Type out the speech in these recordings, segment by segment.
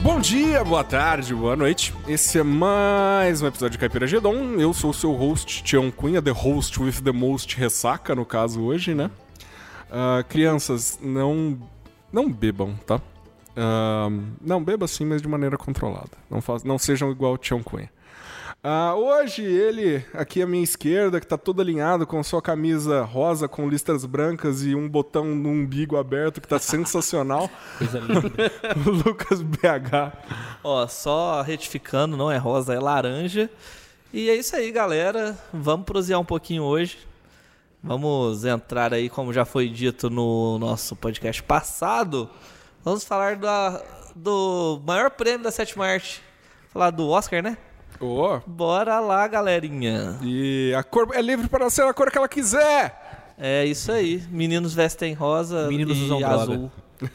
Bom dia, boa tarde, boa noite. Esse é mais um episódio de Caipira Gedon. Eu sou o seu host, Tião Cunha, the host with the most ressaca, no caso, hoje, né? Crianças, não bebam, tá? Não, beba sim, mas de maneira controlada. Não sejam igual o Tião Cunha. Hoje, ele, aqui à minha esquerda, que tá todo alinhado com sua camisa rosa com listras brancas e um botão no umbigo aberto, que tá sensacional. Coisa linda. O Lucas BH. Ó, só retificando, não é rosa, é laranja. E é isso aí, galera. Vamos prosear um pouquinho hoje. Vamos entrar aí, como já foi dito no nosso podcast passado. Vamos falar do maior prêmio da Sétima Arte. Falar do Oscar, né? Bora lá, galerinha. E a cor é livre para ser a cor que ela quiser. É isso aí. Meninos vestem rosa, meninos usam azul.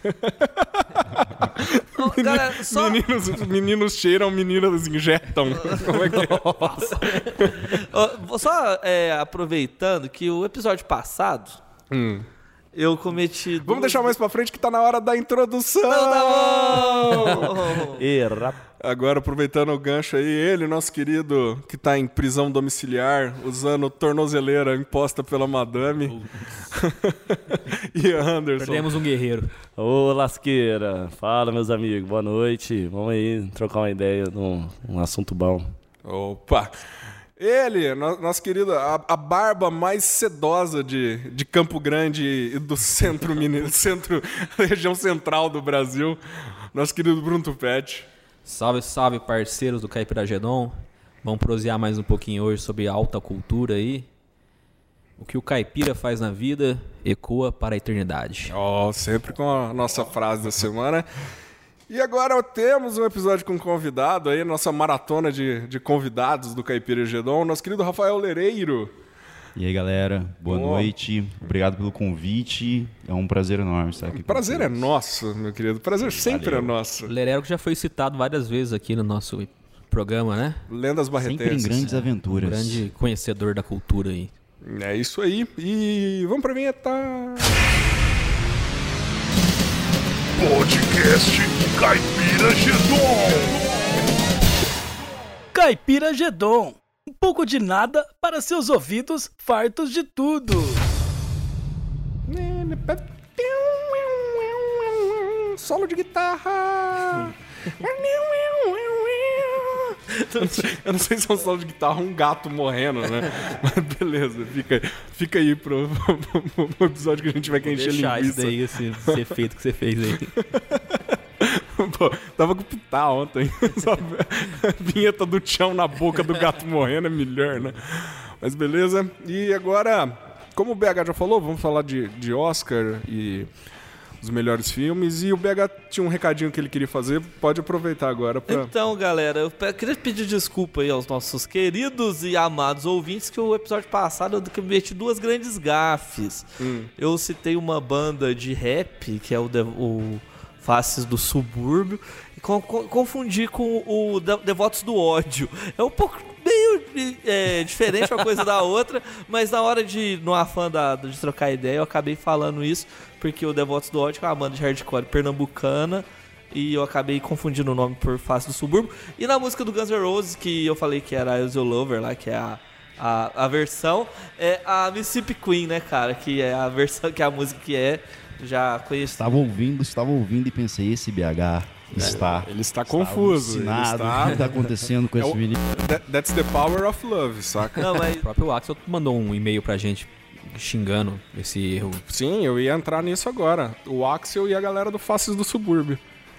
Galera, meninos cheiram, meninas injetam. Como é que é? Só aproveitando que o episódio passado eu cometi... Vamos deixar mais pra frente que tá na hora da introdução. Não, tá bom. Agora, aproveitando o gancho aí, ele, nosso querido, que tá em prisão domiciliar, usando tornozeleira imposta pela madame. E Anderson. Perdemos um guerreiro. Ô, lasqueira. Fala, meus amigos. Boa noite. Vamos aí trocar uma ideia num assunto bom. Opa! Ele, nosso querido, a barba mais sedosa de Campo Grande e do centro, região central do Brasil, nosso querido Bruno Tupete. Salve, salve, parceiros do Caipira Gedon. Vamos prosear mais um pouquinho hoje sobre alta cultura aí. O que o caipira faz na vida ecoa para a eternidade. Sempre com a nossa frase da semana. E agora temos um episódio com um convidado aí, nossa maratona de convidados do Caipira Gedon, nosso querido Rafael Lereiro. E aí, galera, boa noite. Obrigado pelo convite. É um prazer enorme estar aqui. O prazer é nosso, meu querido. O prazer sempre é nosso. Lereiro que já foi citado várias vezes aqui no nosso programa, né? Lendas Barretenses. Sempre em grandes aventuras. Um grande conhecedor da cultura aí. É isso aí. E vamos pra vinheta. Podcast Caipira Gedon. Caipira Gedon. Um pouco de nada para seus ouvidos fartos de tudo. Solo de guitarra. Eu não sei se é um solo de guitarra ou um gato morrendo, né? Mas beleza, fica aí pro episódio que a gente vai encher linguiça. Deixar isso daí, esse efeito que você fez aí. Pô, tava com pitar ontem. A vinheta do Tchão na boca do gato morrendo é melhor, né? Mas beleza. E agora, como o BH já falou, vamos falar de Oscar e os melhores filmes. E o BH tinha um recadinho que ele queria fazer. Pode aproveitar agora pra... Então, galera, eu queria pedir desculpa aí aos nossos queridos e amados ouvintes que o episódio passado eu cometi duas grandes gafes. Eu citei uma banda de rap, que é o Faces do Subúrbio, e confundi com o Devotos do Ódio. É um pouco meio diferente uma coisa da outra, mas na hora no afã de trocar ideia, eu acabei falando isso, porque o Devotos do Ódio é uma banda de hardcore pernambucana, e eu acabei confundindo o nome por Face do Subúrbio. E na música do Guns N' Roses, que eu falei que era I Was Your Lover, lá, que é a versão, é a Mississippi Queen, né, cara? Que é a versão, que é a música que é já conheci. Estava ouvindo e pensei, esse BH ele está confuso. O que está acontecendo com esse menino? That's the power of love, saca? Não, mas... O próprio Axel mandou um e-mail pra gente xingando esse erro. Sim, eu ia entrar nisso agora. O Axel e a galera do Faces do Subúrbio.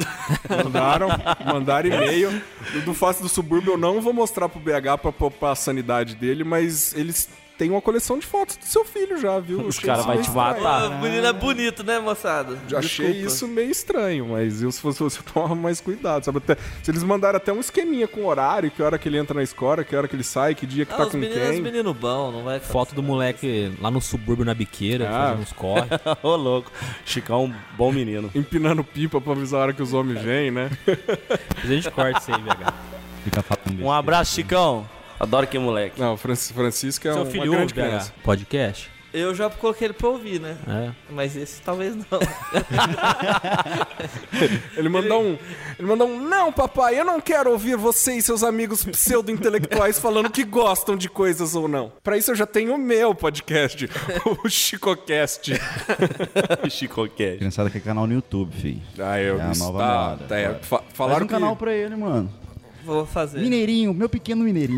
Mandaram e-mail do Faces do Subúrbio. Eu não vou mostrar pro BH pra poupar a sanidade dele, mas eles têm uma coleção de fotos do seu filho já, viu? Os caras vão te matar. O menino é bonito, né, moçada? Já achei isso meio estranho, mas eu, se fosse você, eu tomava mais cuidado, sabe? Se eles mandaram até um esqueminha com horário, que hora que ele entra na escola, que hora que ele sai, que dia que tá com quem. Os meninos bons, não vai... Foto do moleque lá no subúrbio, na biqueira, fazendo uns corre. Ô, louco. Chicão, bom menino. Empinando pipa pra avisar a hora que os homens vêm, né? Mas a gente corta isso aí, BH. Um abraço, Chicão. Adoro que moleque. Não, o Francisco é Seu uma filho grande ouve, criança. Podcast? Eu já coloquei ele pra ouvir, né? É. Mas esse talvez não. Ele mandou um, não, papai, eu não quero ouvir você e seus amigos pseudo-intelectuais falando que gostam de coisas ou não. Pra isso eu já tenho o meu podcast, o Chicocast. Chicocast. Criançada quer canal no YouTube, filho. Ah, eu É a nova moda. falaram Faz um que... canal pra ele, mano. Vou fazer. Mineirinho, meu pequeno mineirinho.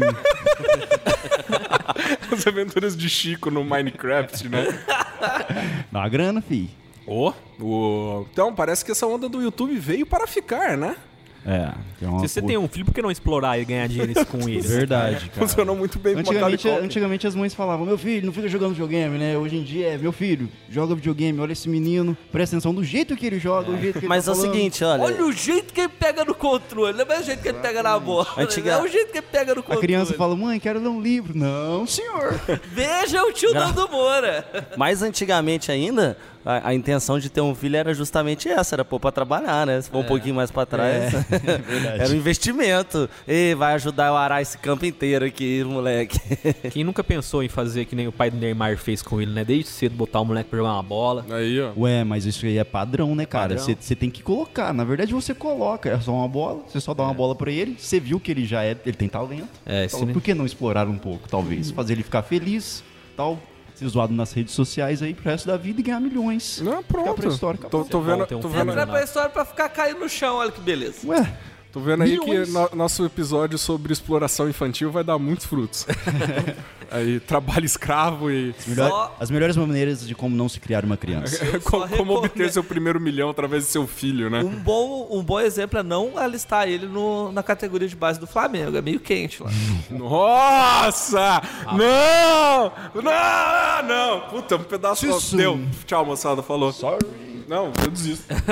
As aventuras de Chico no Minecraft, né? Dá uma grana, filho. Então, parece que essa onda do YouTube veio para ficar, né? É. Se você tem um filho, por que não explorar e ganhar dinheiro com ele? Verdade, cara. Funcionou muito bem com Macaulay Culkin. Antigamente as mães falavam, meu filho, não fica jogando videogame, né? Hoje em dia é, meu filho, joga videogame, olha esse menino, presta atenção do jeito que ele joga, do jeito que ele Mas tá é o falando. seguinte, olha. Olha o jeito que ele pega no controle. Não é o mesmo jeito que ele pega na bola. É o jeito que ele pega no controle. A criança fala, mãe, quero ler um livro. Não, senhor. Veja o tio Nando Moura. Mais antigamente ainda, a intenção de ter um filho era justamente essa, era pôr pra trabalhar, né? Se for um pouquinho mais pra trás, era um investimento. E vai ajudar eu a arar esse campo inteiro aqui, moleque. Quem nunca pensou em fazer que nem o pai do Neymar fez com ele, né? Desde cedo botar o moleque pra jogar uma bola. Aí, ó. Ué, mas isso aí é padrão, né, cara? Padrão. Você tem que colocar. Na verdade, você coloca. É só uma bola, você só dá uma bola pra ele. Você viu que ele já é, ele tem talento. Sim. Por que não explorar um pouco, talvez? Fazer ele ficar feliz, tal. Ser zoado nas redes sociais aí pro resto da vida e ganhar milhões. Não, pronto. Ficar pra história, Tô vendo, Tem um tô filho, vendo, né? Entra pra história pra ficar caindo no chão, olha que beleza. Ué, tô vendo aí Milhões. que nosso episódio sobre exploração infantil vai dar muitos frutos. Aí, trabalho escravo e as melhores maneiras de como não se criar uma criança. como recomendo. obter seu primeiro milhão através de seu filho, né? Um bom exemplo é não alistar ele na categoria de base do Flamengo. É meio quente lá. Nossa! Não! Não! Puta, um pedaço... Isso. Deu. Tchau, moçada. Falou. Não, eu desisto. Eu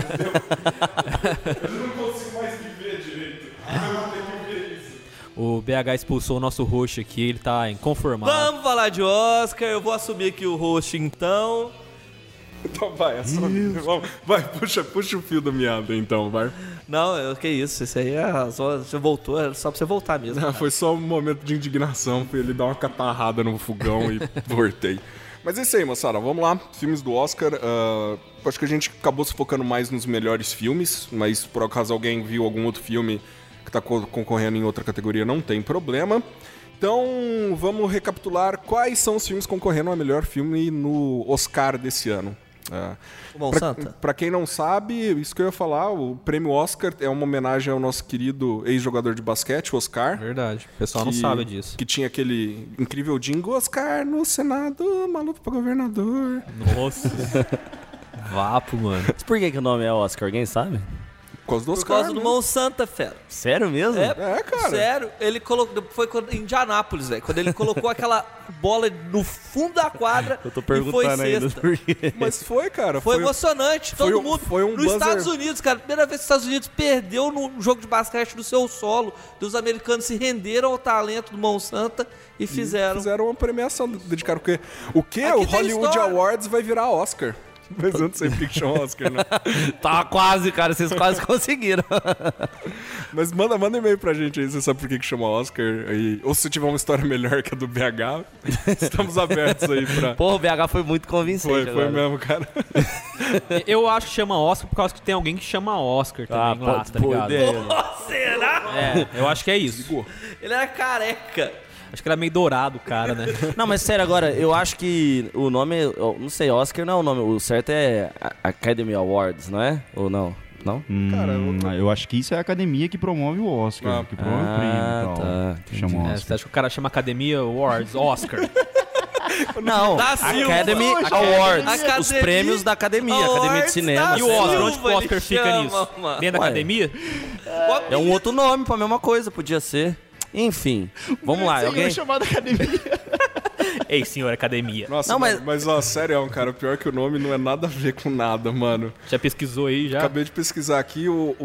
não consigo mais viver direito. Eu não tenho que ver isso. O BH expulsou o nosso host aqui, ele tá inconformado. Vamos falar de Oscar. Eu vou assumir aqui o host então. Então vai, vai, puxa o fio da meada então, vai. Não, que isso. Isso aí você voltou, é só pra você voltar mesmo. Não, foi só um momento de indignação, foi ele dar uma catarrada no fogão e voltei. Mas é isso aí, moçada, vamos lá. Filmes do Oscar. Acho que a gente acabou se focando mais nos melhores filmes, mas por acaso alguém viu algum outro filme que tá concorrendo em outra categoria, não tem problema. Então, vamos recapitular quais são os filmes concorrendo a melhor filme no Oscar desse ano. Bom, Santa. Pra quem não sabe, isso que eu ia falar, o prêmio Oscar é uma homenagem ao nosso querido ex-jogador de basquete, o Oscar. Verdade, o pessoal não sabe disso. Que tinha aquele incrível jingle, Oscar no Senado, maluco pra governador. Nossa. Vapo, mano. Mas por que o nome é Oscar? Alguém sabe? Por causa do Por Oscar, causa do né? Monsanto, fera. Sério mesmo? É, cara. Sério, ele colocou. Foi em Indianápolis, velho. Quando ele colocou aquela bola no fundo da quadra. Eu tô e foi perguntando ainda sexta. por quê. Mas foi, cara. Foi emocionante, foi todo um- mundo. foi um Nos buzzer. Estados Unidos, cara, primeira vez que os Estados Unidos perdeu num jogo de basquete do seu solo, e os americanos se renderam ao talento do Monsanto e fizeram. uma premiação dedicaram o quê? O quê? Aqui O tem Hollywood história. Awards vai virar Oscar. Mas antes sempre que chama Oscar, né? Tá quase, cara. Vocês quase conseguiram. Mas manda e-mail pra gente aí, você sabe por que chama Oscar. Aí, ou se tiver uma história melhor que a do BH, estamos abertos aí pra... Pô, o BH foi muito convincente. Foi agora. mesmo, cara. Eu acho que chama Oscar por causa que tem alguém que chama Oscar também lá, tá ligado? Será? É, eu acho que é isso. Ele era careca. Acho que era meio dourado o cara, né? Não, mas sério, agora, eu acho que o nome, eu não sei, Oscar não é o nome, o certo é Academy Awards, não é? Ou não? Não? Cara, eu acho que isso é a academia que promove o Oscar, que promove o prêmio e tal. tá. Que chama É, Oscar. você acha que o cara chama Academia Awards, Oscar? Não, Da Silva. Academy Oxe, Awards, Academia os prêmios da academia, Academia de Awards Cinema. da E o Oscar? Silva, Onde que o Oscar ele fica chama, nisso? mano. Dentro da Ué. academia? É um outro nome pra mesma coisa, podia ser. Enfim, vamos lá, alguém... chamado academia. Ei, senhor Academia. Nossa, Não, mas ó, sério, cara, pior que o nome não é nada a ver com nada, mano. Já pesquisou aí, já? Acabei de pesquisar aqui,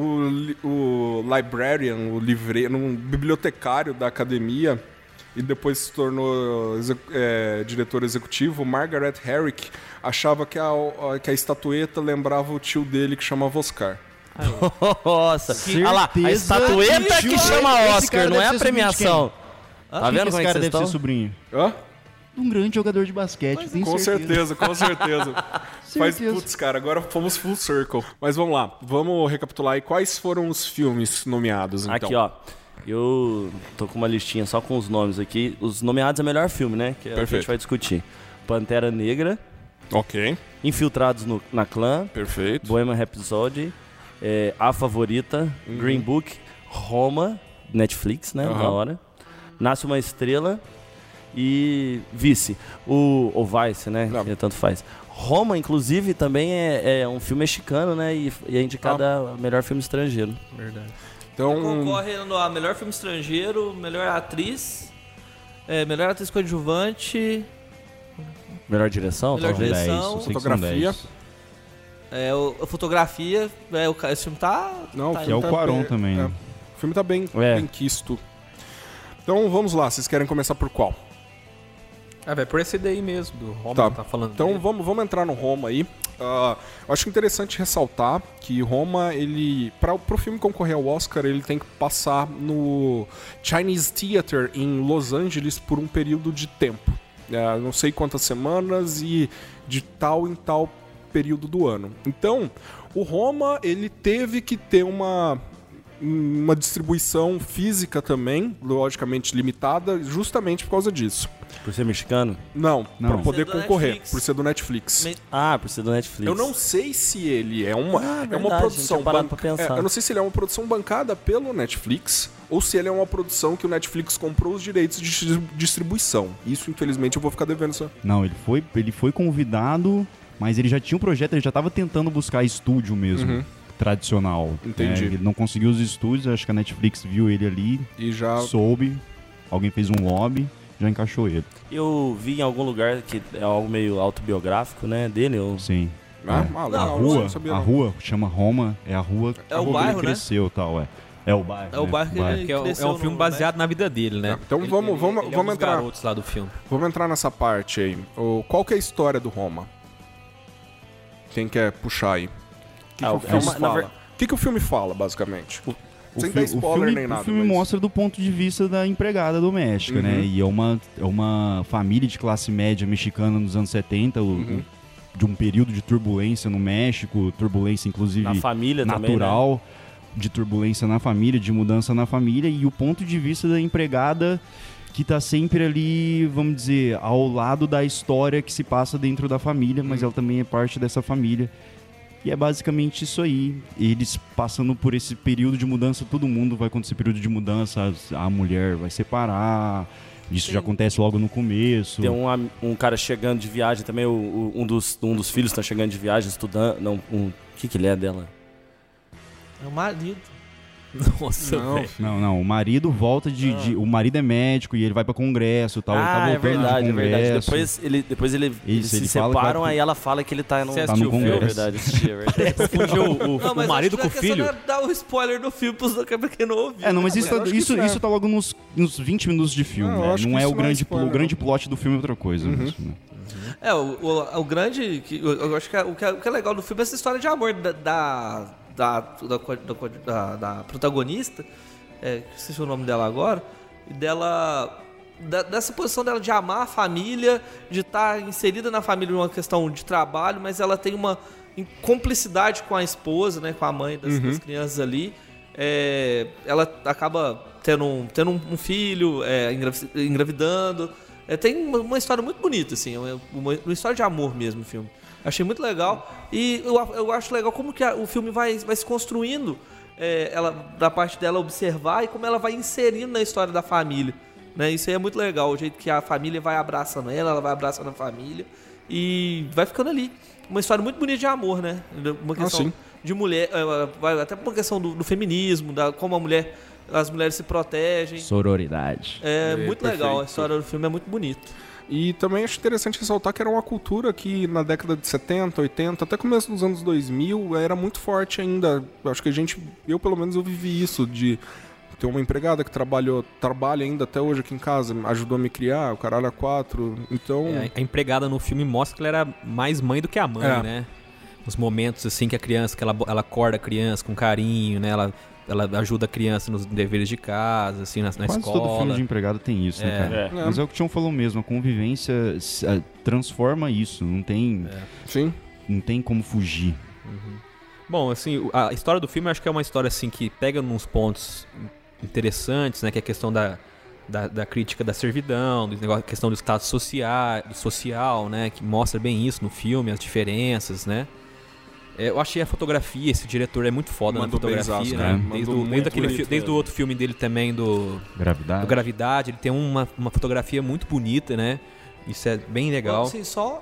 o librarian, o livreiro, um bibliotecário da academia, e depois se tornou diretor executivo, Margaret Herrick, achava que a estatueta lembrava o tio dele que chamava Oscar. Nossa, olha lá, a Certeza estatueta que que esse chama cara Oscar, deve não é ser a premiação. Tá vendo Esse como é que cara vocês deve ser estão? sobrinho. Hã? um grande jogador de basquete, tenho Com certeza. Certeza. Putz, cara, agora fomos full circle. Mas vamos lá, vamos recapitular aí quais foram os filmes nomeados, então. Aqui, ó. Eu tô com uma listinha só com os nomes aqui. Os nomeados é melhor filme, né? Que é o que a Perfeito. gente vai discutir. Pantera Negra, Ok, Infiltrados na Clã, perfeito. Bohemian Rhapsody, A Favorita, Green Book, Roma, Netflix, né? Aham. Na hora. Nasce uma Estrela e Vice. O Vice, né? Não. Que tanto faz. Roma, inclusive, também é um filme mexicano, né? E é indicado a melhor filme estrangeiro. Verdade. Então, Concorre a melhor filme estrangeiro, melhor atriz coadjuvante, Melhor direção? Melhor talvez? direção. eu sei que são Fotografia. 10. a fotografia, esse filme tá... não, tá o Que é o filme tá Cuarón bem- também, né? O filme tá bem quisto. Então vamos lá, vocês querem começar por qual? Vai por esse daí mesmo, do Roma Tá. que tá falando. Então dele. vamos entrar no Roma aí. Eu acho interessante ressaltar que Roma, ele pro filme concorrer ao Oscar, ele tem que passar no Chinese Theater em Los Angeles por um período de tempo. Não sei quantas semanas e de tal em tal período do ano. Então, o Roma, ele teve que ter uma distribuição física também, logicamente limitada, justamente por causa disso. Por ser mexicano? Não, Não. para poder Por ser do concorrer, Netflix. por ser do Netflix. Ah, por ser do Netflix. Eu não sei se ele é uma verdade, produção não tinha parado pra pensar. eu não sei se ele é uma produção bancada pelo Netflix ou se ele é uma produção que o Netflix comprou os direitos de distribuição. Isso, infelizmente, eu vou ficar devendo isso. Não, ele foi convidado, mas ele já tinha um projeto, ele já tava tentando buscar estúdio mesmo, tradicional. Entendi. Ele não conseguiu os estúdios, acho que a Netflix viu ele ali, E já soube, alguém fez um lobby, já encaixou ele. Eu vi em algum lugar que é algo meio autobiográfico, né, dele. Sim. legal, A isso eu rua, não sabia, a não. rua chama Roma, é a rua que É o ele bairro, né? cresceu e tal, É o bairro. É o né? bairro que ele Que é cresceu um filme no baseado na vida dele, né? Então vamos ele é um dos entrar. garotos lá do filme. Vamos entrar nessa parte aí. Qual que é a história do Roma? Quem quer puxar aí? O que o filme fala? O que o filme fala, basicamente? Sem dar spoiler nem nada. O filme mas- mostra do ponto de vista da empregada doméstica, né? E é uma família de classe média mexicana nos anos 70, de um período de turbulência no México, turbulência inclusive Na família também, natural, de turbulência na família, de mudança na família, e o ponto de vista da empregada que tá sempre ali, vamos dizer, ao lado da história que se passa dentro da família, mas ela também é parte dessa família. E é basicamente isso aí. Eles passando por esse período de mudança, todo mundo vai acontecer período de mudança, a mulher vai separar. Isso já acontece logo no começo. Tem um cara chegando de viagem também, um dos filhos tá chegando de viagem, estudando. Não, o que ele é dela? É o marido. Nossa, Não, velho. Não, o marido volta o marido é médico e ele vai pra congresso e tal. ele tá Ah, é voltando verdade, de é verdade. congresso. Depois eles Isso, se ele fala que separam, vai- aí ela fala que ele tá no... Você Tá assistiu no o filme? É congresso. verdade, assisti, é verdade. Confundiu Não, o mas marido acho com o que a filho? questão é dar o spoiler do filme pra quem não ouviu. Mas mas eu acho que isso tá logo nos 20 minutos de filme, Não, eu né? acho Não que é isso o não é grande, spoiler, o grande plot do filme é outra coisa. Isso, né? O grande... Eu acho que o que é legal do filme é essa história de amor da protagonista, esqueci o nome dela agora, e dessa posição dela de amar a família, de estar inserida na família numa questão de trabalho, mas ela tem uma cumplicidade com a esposa, né, com a mãe das crianças ali. Ela acaba tendo um filho, engravidando. Tem uma história muito bonita, assim, uma história de amor mesmo, o filme. Achei muito legal. E eu acho legal como que o filme vai se construindo, da parte dela observar e como ela vai inserindo na história da família. Né? Isso aí é muito legal, o jeito que a família vai abraçando ela vai abraçando a família e vai ficando ali. Uma história muito bonita de amor, né? Uma questão de mulher, vai até uma questão do feminismo, como as mulheres se protegem. Sororidade. É muito legal, perfeito. a história do filme é muito bonita. E também acho interessante ressaltar que era uma cultura que na década de 70, 80, até começo dos anos 2000, era muito forte ainda. Acho que eu pelo menos eu vivi isso, de ter uma empregada que trabalha ainda até hoje aqui em casa, ajudou a me criar, o caralho a 4, então... A empregada no filme mostra que ela era mais mãe do que a mãe, né? Os momentos assim que a criança, que ela acorda a criança com carinho, né? Ela ela ajuda a criança nos deveres de casa, assim, na Quase escola. todo filme de empregado tem isso, né, cara? Mas é o que o Tião falou mesmo, a convivência transforma isso, não tem, Sim. não tem como fugir. Bom, assim, a história do filme eu acho que é uma história assim que pega nos pontos interessantes, né? Que é a questão da crítica da servidão, a questão do status social, né? Que mostra bem isso no filme, as diferenças, né? Eu achei a fotografia, esse diretor é muito foda na fotografia, né? Desde o outro filme dele também, do Gravidade, ele tem uma fotografia muito bonita, né? Isso é bem legal. Assim, só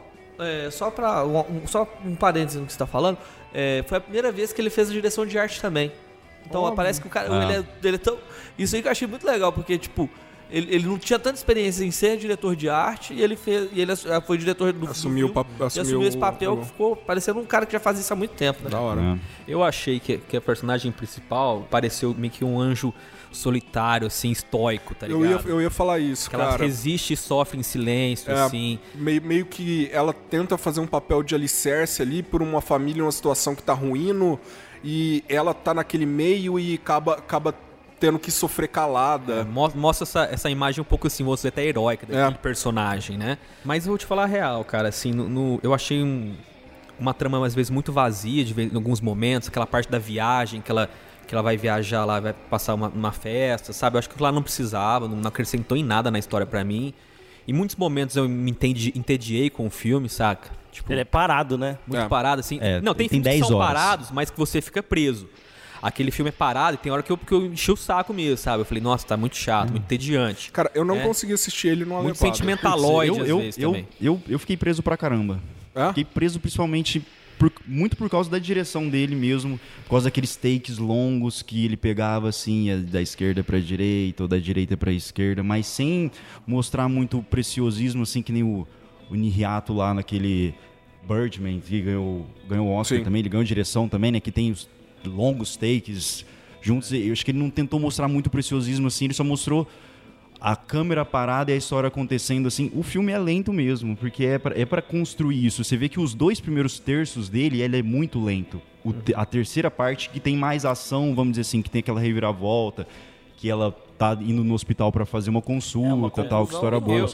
um parênteses no que você tá falando, foi a primeira vez que ele fez a direção de arte também. Então parece que o cara, ele é tão... Isso aí que eu achei muito legal, porque tipo, ele não tinha tanta experiência em ser diretor de arte e ele foi diretor do Assumiu esse papel que ficou parecendo um cara que já fazia isso há muito tempo, né? Da hora. Eu achei que a personagem principal pareceu meio que um anjo solitário, assim, estoico, tá ligado? Eu ia falar isso, que ela cara. resiste e sofre em silêncio, assim. Meio que ela tenta fazer um papel de alicerce ali por uma família, uma situação que tá ruindo, e ela tá naquele meio e acaba tendo que sofrer calada. Mostra essa imagem um pouco assim, você até heróica daquele personagem, né? Mas eu vou te falar a real, cara, assim, eu achei uma trama às vezes muito vazia em alguns momentos, aquela parte da viagem que ela vai viajar lá, vai passar uma festa, sabe? Eu acho que lá não precisava, não acrescentou em nada na história pra mim. Em muitos momentos eu me entediei com o filme, saca? Tipo, ele é parado, né? Muito parado, assim. Não, tem filmes 10 que são horas. parados, mas que você fica preso. Aquele filme é parado e tem hora que eu enchi o saco mesmo, sabe? Eu falei, nossa, tá muito chato, muito entediante. Cara, eu não consegui assistir ele numa muito levada. sentimentaloide às vezes também. Eu fiquei preso pra caramba. Fiquei preso principalmente muito por causa da direção dele mesmo, por causa daqueles takes longos que ele pegava assim, da esquerda pra direita ou da direita pra esquerda, mas sem mostrar muito preciosismo, assim, que nem o Nihyato lá naquele Birdman, que ganhou o Oscar também, ele ganhou direção também, né, que tem os longos takes juntos. Eu acho que ele não tentou mostrar muito preciosismo assim, ele só mostrou a câmera parada e a história acontecendo assim. O filme é lento mesmo, porque é pra construir isso. Você vê que os 2 primeiros terços dele, ele é muito lento. A terceira parte, que tem mais ação, vamos dizer assim, que tem aquela reviravolta, que ela tá indo no hospital pra fazer uma consulta, tal, que história boa.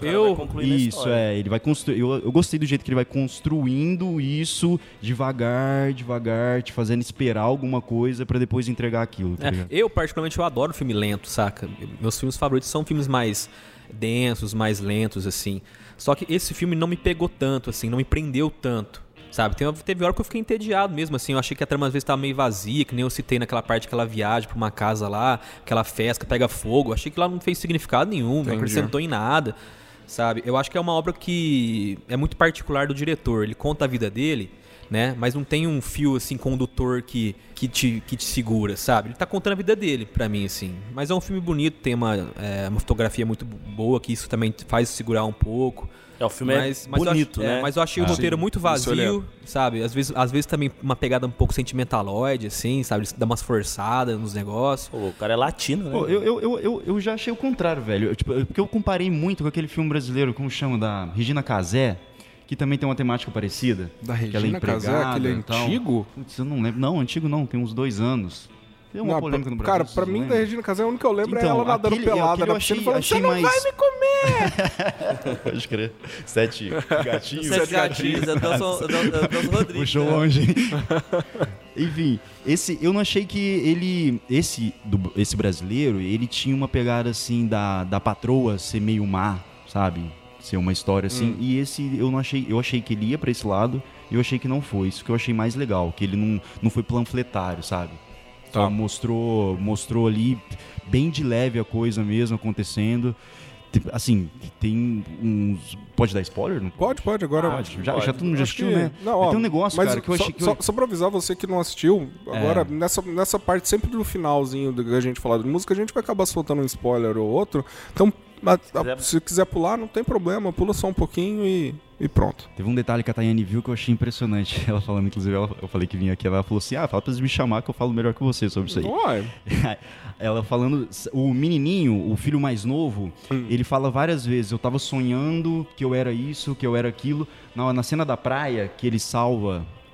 Ele vai construir. Eu gostei do jeito que ele vai construindo isso devagar, te fazendo esperar alguma coisa pra depois entregar aquilo. Tá ligado? Eu, particularmente, eu adoro filme lento, saca? Meus filmes favoritos são filmes mais densos, mais lentos, assim. Só que esse filme não me pegou tanto, assim, não me prendeu tanto. Sabe, teve hora que eu fiquei entediado mesmo, assim, eu achei que a trama às vezes tava meio vazia, que nem eu citei naquela parte que ela viaja pra uma casa lá, aquela festa, pega fogo, eu achei que lá não fez significado nenhum, não acrescentou em nada, sabe? Eu acho que é uma obra que é muito particular do diretor, ele conta a vida dele, né, mas não tem um fio, assim, condutor que te segura, sabe? Ele tá contando a vida dele, pra mim, assim, mas é um filme bonito, tem uma fotografia muito boa, que isso também faz segurar um pouco. O filme é bonito, né? Mas eu achei o roteiro muito vazio, sabe? Às vezes também uma pegada um pouco sentimentaloide, assim, sabe? Dá umas forçadas nos negócios. Pô, o cara é latino, né? Pô, eu já achei o contrário, velho. Porque eu comparei muito com aquele filme brasileiro, como chama, da Regina Casé, que também tem uma temática parecida. Da Regina Casé, aquele antigo? Putz, eu não lembro. Não, antigo não, tem uns 2 anos. Tem uma polêmica no Brasil. Cara, pra mim, da Regina Casé, a única que eu lembro é ela nadando pelada na piscina falando, você não vai me comer! Pode crer. 7 gatinhos. 7 gatinhos, é o Nelson Rodrigues. Puxou longe, hein? Enfim, eu não achei que esse brasileiro, ele tinha uma pegada assim da patroa ser meio má, sabe? Ser uma história assim. E esse eu achei que ele ia pra esse lado e eu achei que não foi. Isso que eu achei mais legal, que ele não foi panfletário, sabe? Só mostrou ali bem de leve a coisa mesmo acontecendo. Assim, tem uns... Pode dar spoiler? Não pode agora. Já todo mundo já assistiu, né? Não, tem um negócio, cara, que eu achei que... Só pra avisar você que não assistiu, agora, nessa parte, sempre do finalzinho da gente falar de música, a gente vai acabar soltando um spoiler ou outro. Então, se quiser pular, não tem problema. Pula só um pouquinho e pronto. Teve um detalhe que a Tayane viu que eu achei impressionante. Ela falando, inclusive, eu falei que vinha aqui, ela falou assim, fala pra eles me chamar que eu falo melhor que você sobre isso aí. Ué. Ela falando, o menininho, o filho mais novo, ele fala várias vezes, eu tava sonhando que eu era isso, que eu era aquilo. Na cena da praia, que ele salva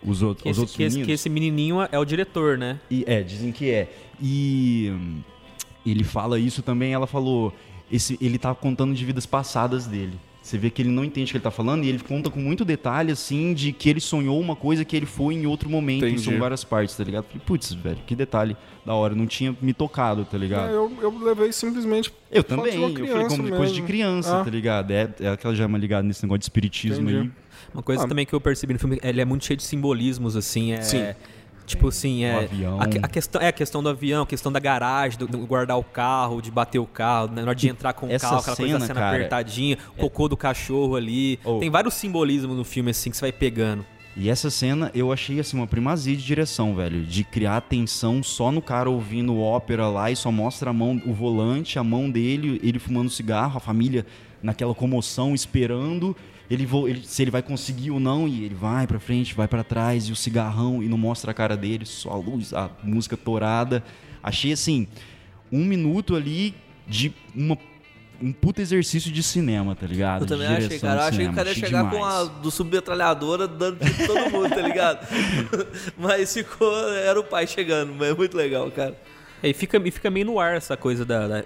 Os outros meninos. Que esse menininho é o diretor, né? Dizem que é. E ele fala isso também, ela falou, ele tá contando de vidas passadas dele. Você vê que ele não entende o que ele tá falando e ele conta com muito detalhe, assim, de que ele sonhou uma coisa que ele foi em outro momento. Entendi. São várias partes, tá ligado? Falei, putz, velho, que detalhe da hora. Não tinha me tocado, tá ligado? Eu levei simplesmente... Eu também. Eu falei como coisa de criança, tá ligado? É aquela já me ligada nesse negócio de espiritismo. Entendi. Aí. Uma coisa também que eu percebi no filme, ele é muito cheio de simbolismos, assim. Sim. Tipo assim, o avião. A questão do avião, a questão da garagem, do guardar o carro, de bater o carro, na hora de entrar com o carro, aquela coisa da cena cara, apertadinha, o cocô do cachorro ali. Tem vários simbolismos no filme, assim, que você vai pegando. E essa cena eu achei, assim, uma primazia de direção, velho. De criar atenção só no cara ouvindo ópera lá e só mostra a mão, o volante, a mão dele, ele fumando cigarro, a família naquela comoção, esperando... se ele vai conseguir ou não, e ele vai pra frente, vai pra trás, e o cigarrão, e não mostra a cara dele, só a luz, a música torada. Achei, assim, 1 minuto ali de um puta exercício de cinema, tá ligado? Eu também achei, cara. Eu achei que o cara ia chegar demais. Com a do submetralhadora dando de todo mundo, tá ligado? Mas era o pai chegando, mas é muito legal, cara. E fica meio no ar essa coisa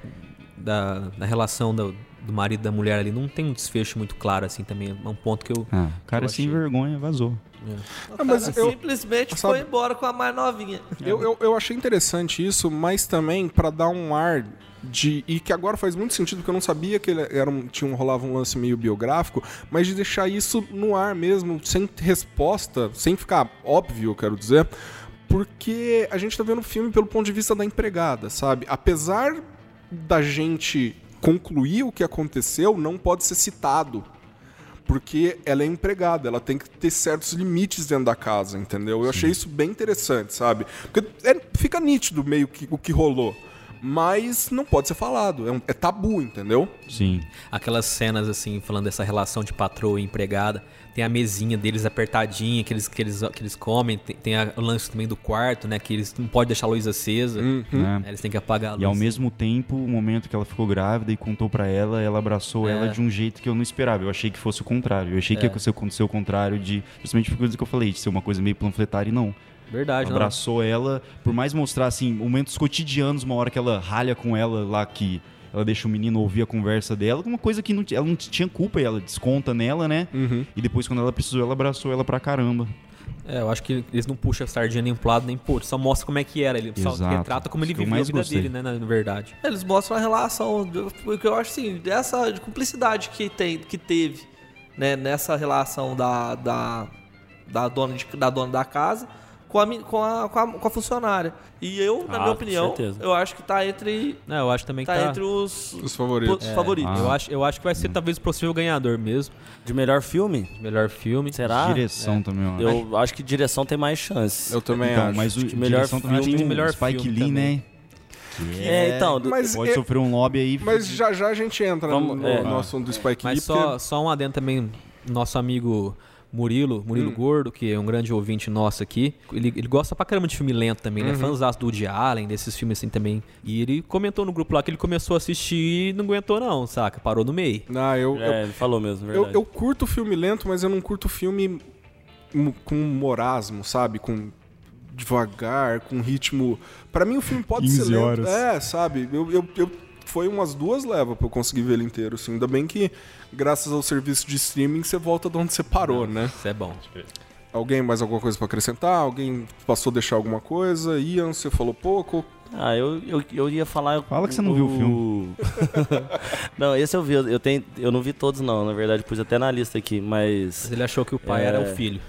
da relação do marido e da mulher ali. Não tem um desfecho muito claro assim também. É um ponto que eu... o cara sem vergonha vazou. Mas simplesmente foi embora com a mais novinha. Eu achei interessante isso, mas também pra dar um ar e que agora faz muito sentido, porque eu não sabia que ele rolava um lance meio biográfico, mas de deixar isso no ar mesmo, sem resposta, sem ficar óbvio, eu quero dizer, porque a gente tá vendo o filme pelo ponto de vista da empregada, sabe? Apesar da gente concluir o que aconteceu, não pode ser citado. Porque ela é empregada, ela tem que ter certos limites dentro da casa, entendeu? Eu achei isso bem interessante, sabe? Porque fica nítido meio que o que rolou. Mas não pode ser falado, é tabu, entendeu? Sim. Aquelas cenas, assim, falando dessa relação de patroa e empregada, tem a mesinha deles apertadinha, que eles comem, tem o lance também do quarto, né, que eles não podem deixar a luz acesa, eles têm que apagar a luz. E ao mesmo tempo, o momento que ela ficou grávida e contou pra ela abraçou ela de um jeito que eu não esperava, eu achei que fosse o contrário, eu achei que ia acontecer o contrário justamente por coisa que eu falei, de ser uma coisa meio panfletária e não. Verdade, abraçou ela, por mais mostrar, assim, momentos cotidianos, uma hora que ela ralha com ela lá, que ela deixa o menino ouvir a conversa dela, uma coisa que ela não tinha culpa e ela desconta nela, né? E depois, quando ela precisou, ela abraçou ela pra caramba. Eu acho que eles não puxam a sardinha nem pro lado nem pro outro, só mostra como é que era, ele só retrata como ele viveu a vida dele, né, na verdade. Eles mostram a relação, porque eu acho assim, dessa de cumplicidade que teve, né, nessa relação da dona da casa com a funcionária. E eu, na minha opinião, eu acho que tá entre... eu acho também que tá entre os favoritos. Eu acho que vai ser talvez o possível ganhador mesmo. De melhor filme? Melhor filme. Será? Direção também, eu acho que direção tem mais chances. Eu também acho. Mas o melhor direção também tem melhor Spike filme Lee, também. né? Então... Pode sofrer um lobby aí. Mas já a gente entra no assunto do Spike Lee. Mas só um adendo também, nosso amigo... Murilo Gordo, que é um grande ouvinte nosso aqui, ele gosta pra caramba de filme lento também, né? Fãzaço do Woody Allen, desses filmes assim também. E ele comentou no grupo lá que ele começou a assistir e não aguentou não, saca? Parou no meio. Ele falou mesmo, verdade. Eu curto filme lento, mas eu não curto filme com morasmo, sabe? Com devagar, com ritmo... Pra mim o filme pode ser lento. horas. Sabe? Foi umas 2 levas pra eu conseguir ver ele inteiro, assim. Ainda bem que, graças ao serviço de streaming, você volta de onde você parou, né? Isso é bom. Alguém mais alguma coisa pra acrescentar? Alguém passou a deixar alguma coisa? Ian, você falou pouco? Eu ia falar... Fala que você não viu o filme. Não, esse eu vi. Eu não vi todos, não. Na verdade, pus até na lista aqui, mas ele achou que o pai era o filho.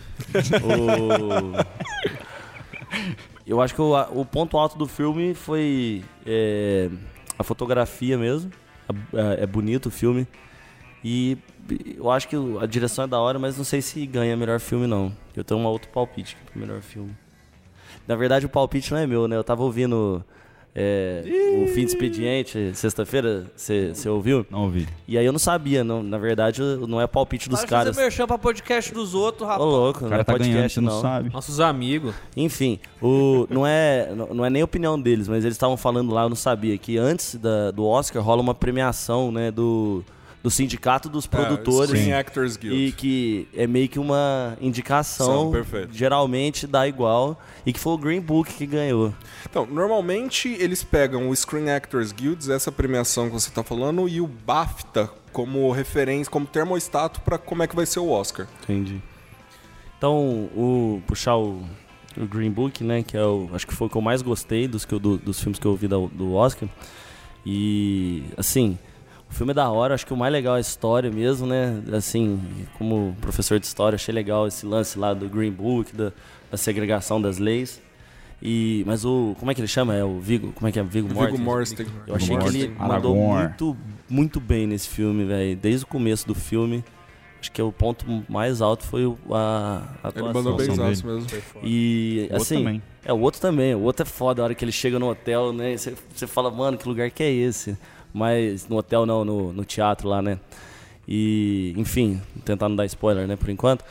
Eu acho que o ponto alto do filme foi... a fotografia mesmo, é bonito o filme, e eu acho que a direção é da hora, mas não sei se ganha melhor filme não. Eu tenho um outro palpite pro melhor filme. Na verdade o palpite não é meu, né? Eu tava ouvindo o Fim de Expediente, sexta-feira, você ouviu? Não ouvi. E aí eu não sabia, na verdade não é palpite dos caras. Você merchan pra podcast dos outros, rapaz. Ô louco, não é podcast ganhando, não sabe. Nossos amigos. Enfim, não é nem opinião deles, mas eles estavam falando lá, eu não sabia, que antes do Oscar rola uma premiação, né, do do sindicato dos produtores. Screen Actors Guild. E que é meio que uma indicação, perfeito. geralmente dá igual, e que foi o Green Book que ganhou. Então, normalmente eles pegam o Screen Actors Guild, essa premiação que você tá falando, e o BAFTA como referência, como termostato para como é que vai ser o Oscar. Entendi. Então, puxar o Green Book, né, que acho que foi o que eu mais gostei dos filmes que eu vi do Oscar. E, assim, o filme é da hora, acho que o mais legal é a história mesmo, né? Assim, como professor de história, achei legal esse lance lá do Green Book, da segregação das leis. Mas como é que ele chama? É o Viggo, como é que é? Viggo Mortensen. Eu achei que ele mandou muito, muito bem nesse filme, velho. Desde o começo do filme, acho que o ponto mais alto foi a atuação. Ele mandou bem exato mesmo. E, assim, o outro também. O outro é foda, a hora que ele chega no hotel, né? Você fala, mano, que lugar que é esse? Mas no hotel não, no teatro lá, né? E, enfim, tentar não dar spoiler, né, por enquanto.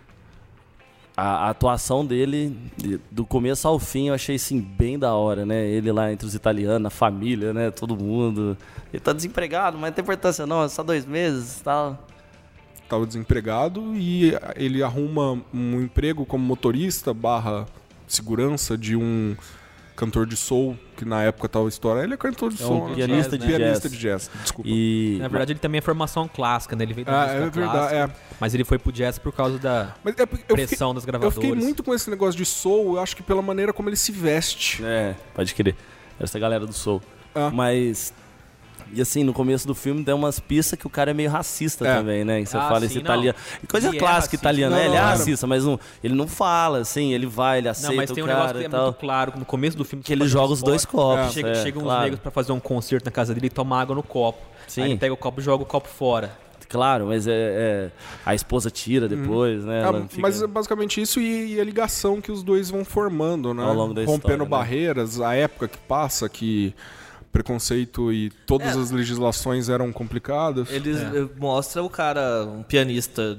A atuação dele, do começo ao fim, eu achei, assim, bem da hora, né? Ele lá entre os italianos, a família, né? Todo mundo. Ele tá desempregado, mas não tem importância não, é só 2 meses e tal. Tava desempregado e ele arruma um emprego como motorista / segurança de um cantor de soul, que na época tava estourando. Ele é cantor de soul, pianista de pianista de jazz. Desculpa. Na verdade, ele também é formação clássica, né? Ele veio da música verdade, clássica, mas ele foi pro jazz por causa da pressão das gravadoras. Eu fiquei muito com esse negócio de soul, eu acho que pela maneira como ele se veste. Pode crer. Essa galera do soul. Mas... E assim, no começo do filme tem umas pistas que o cara é meio racista também, né? E você fala esse italiano. Coisa clássica italiana, né? Ele é racista, mas ele não fala, assim, ele vai, ele aceita o cara. Mas tem um negócio que é muito claro, no começo do filme... Que ele joga os 2 copos. Chegam uns negros pra fazer um concerto na casa dele e toma água no copo. Sim. Aí ele pega o copo e joga o copo fora. Claro, mas a esposa tira depois, né? Mas é basicamente isso e a ligação que os dois vão formando, né? Ao longo da rompendo história, barreiras, a época que passa, que... preconceito e todas as legislações eram complicadas. Eles mostram o cara, um pianista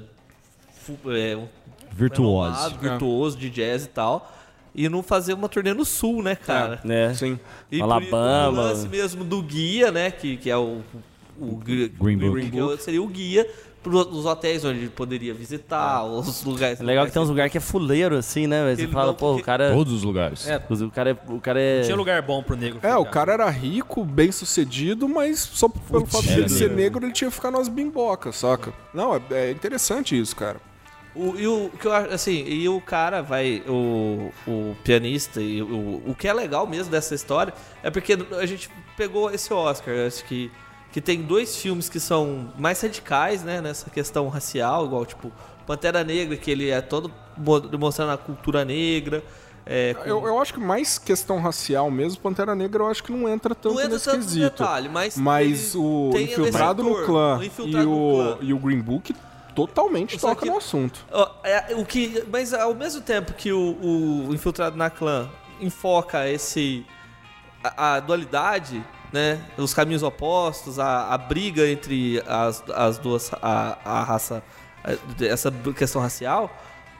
virtuoso de jazz e tal, e não fazer uma turnê no sul, né, cara? Sim. E Alabama. O lance mesmo do guia, né, que é o Green Book. Seria o guia os hotéis onde ele poderia visitar, os lugares... É legal que tem uns lugares que é fuleiro, assim, né? Você fala, o cara... Todos os lugares. O cara é... Não tinha lugar bom pro negro. O cara era rico, bem sucedido, mas só pelo fato de ele ser negro, ele tinha que ficar nas bimbocas, saca? Não, é interessante isso, cara. E o cara vai, o pianista, e o que é legal mesmo dessa história é porque a gente pegou esse Oscar, acho que tem 2 filmes que são mais radicais, né, nessa questão racial, igual tipo Pantera Negra, que ele é todo demonstrando a cultura negra. Eu acho que mais questão racial mesmo, Pantera Negra eu acho que não entra tanto nesse quesito. Detalhe, mas o Infiltrado no Clã e o Green Book totalmente toca no assunto. Mas ao mesmo tempo que o Infiltrado na Clã enfoca a dualidade, né, os caminhos opostos, a briga entre as duas, a raça, essa questão racial,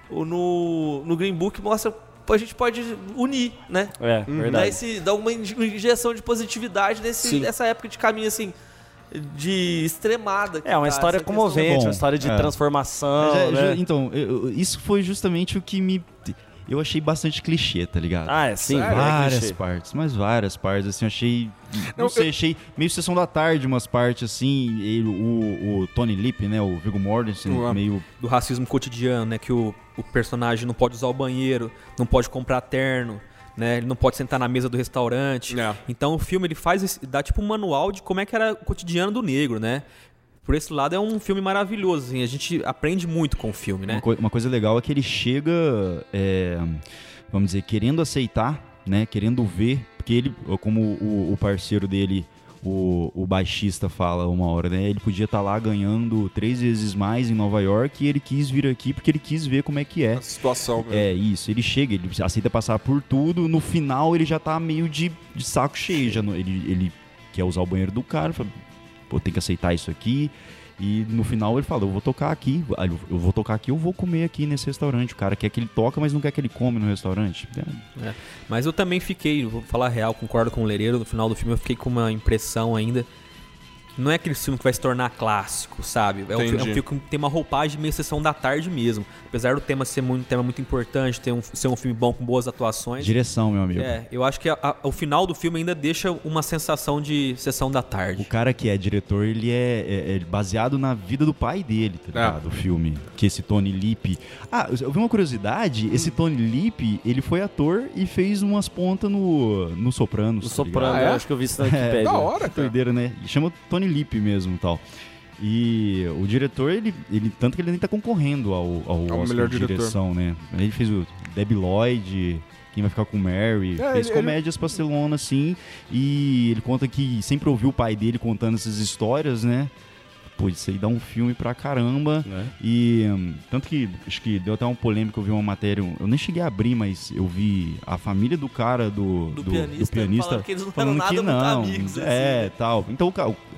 no Green Book mostra a gente pode unir, né? Verdade. Dá uma injeção de positividade nessa época de caminho, assim, de extremada. Uma história comovente, uma história de transformação, Então, isso foi justamente o que me... Eu achei bastante clichê, tá ligado? Sim. Várias partes, mas várias partes, assim, achei... achei meio Sessão da Tarde umas partes, assim, o Tony Lip, né, o Viggo Mortensen, meio... Do racismo cotidiano, né, que o personagem não pode usar o banheiro, não pode comprar terno, né, ele não pode sentar na mesa do restaurante. Então o filme, ele dá tipo um manual de como é que era o cotidiano do negro, né? Por esse lado é um filme maravilhoso, assim, a gente aprende muito com o filme, né? Uma coisa legal é que ele chega, vamos dizer, querendo aceitar, né, querendo ver, porque ele, como o parceiro dele, o baixista fala uma hora, né, ele podia estar lá ganhando 3 vezes mais em Nova York e ele quis vir aqui porque ele quis ver como é que é. A situação mesmo. Isso, ele chega, ele aceita passar por tudo, no final ele já tá meio de saco cheio, ele quer usar o banheiro do cara, fala, pô, tem que aceitar isso aqui. E no final ele fala, eu vou tocar aqui, eu vou comer aqui nesse restaurante. O cara quer que ele toca, mas não quer que ele come no restaurante. Mas eu também fiquei, vou falar a real, concordo com o Lereiro, no final do filme eu fiquei com uma impressão ainda não é aquele filme que vai se tornar clássico, sabe? É um filme que tem uma roupagem meio Sessão da Tarde mesmo. Apesar do tema ser um tema muito importante, ser um filme bom com boas atuações. Direção, meu amigo. Eu acho que o final do filme ainda deixa uma sensação de Sessão da Tarde. O cara que é diretor, ele é baseado na vida do pai dele, tá ligado? O filme. Que esse Tony Lip... eu vi uma curiosidade. Esse Tony Lip, ele foi ator e fez umas pontas no Sopranos. No Sopranos, eu acho que eu vi isso na Wikipedia. Da hora, cara. Doideira, né? Chama Tony Lip mesmo e tal. E o diretor, ele tanto que ele nem tá concorrendo ao Oscar melhor de diretor. direção, né? Ele fez o Debbie Lloyd, Quem Vai Ficar com Mary, fez comédias pastelonas, assim, e ele conta que sempre ouviu o pai dele contando essas histórias, né? Pô, isso aí dá um filme pra caramba. E tanto que acho que deu até uma polêmica, eu vi uma matéria, eu nem cheguei a abrir, mas eu vi a família do cara do pianista falando que eles não eram nada muito amigos. Tal. Então,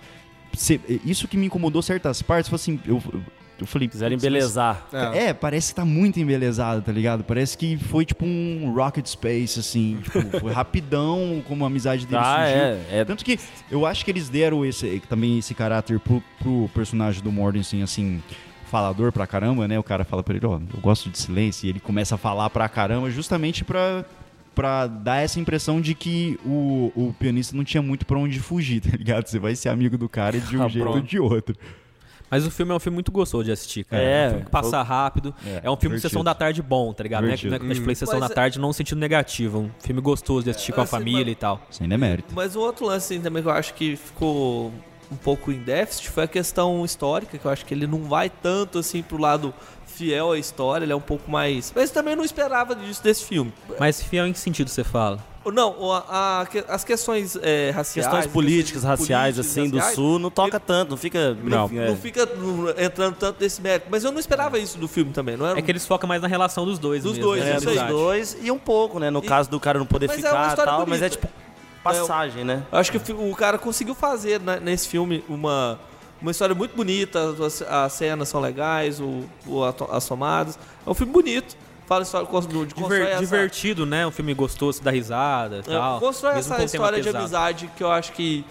isso que me incomodou certas partes, foi assim, eu falei... Quiseram embelezar. Parece que tá muito embelezado, tá ligado? Parece que foi tipo um Rocket Space, assim, tipo, foi rapidão como a amizade deles surgiu. Tanto que eu acho que eles deram também esse caráter pro personagem do Mortensen, assim, falador pra caramba, né? O cara fala pra ele, eu gosto de silêncio, e ele começa a falar pra caramba justamente pra dar essa impressão de que o pianista não tinha muito pra onde fugir, tá ligado? Você vai ser amigo do cara de um jeito ou de outro. Mas o filme é um filme muito gostoso de assistir, cara. É um filme que passa rápido. É um filme de Sessão da Tarde bom, tá ligado? Não é que a gente falei Sessão da Tarde não no sentido negativo. Um filme gostoso de assistir com a família e tal. Sem demérito. Mas o outro lance assim, também que eu acho que ficou um pouco em déficit foi a questão histórica, que eu acho que ele não vai tanto assim pro lado fiel à história, ele é um pouco mais... Mas também não esperava disso desse filme. Mas fiel em que sentido você fala? Não, as questões raciais... Questões políticas, raciais, assim, do Sul, não toca tanto, não fica... Não fica entrando tanto nesse mérito. Mas eu não esperava isso do filme também, não era? É que eles focam mais na relação dos dois. Dos mesmo, dois, né? isso aí. Dos dois e um pouco, né? No caso do cara não poder ficar e tal, mas é tipo passagem, né? Eu acho que o cara conseguiu fazer nesse filme uma história muito bonita, as cenas são legais, as somadas. É um filme bonito. Fala história de divertido, né? Um filme gostoso, dá risada e tal. Constrói essa história de amizade que eu acho que...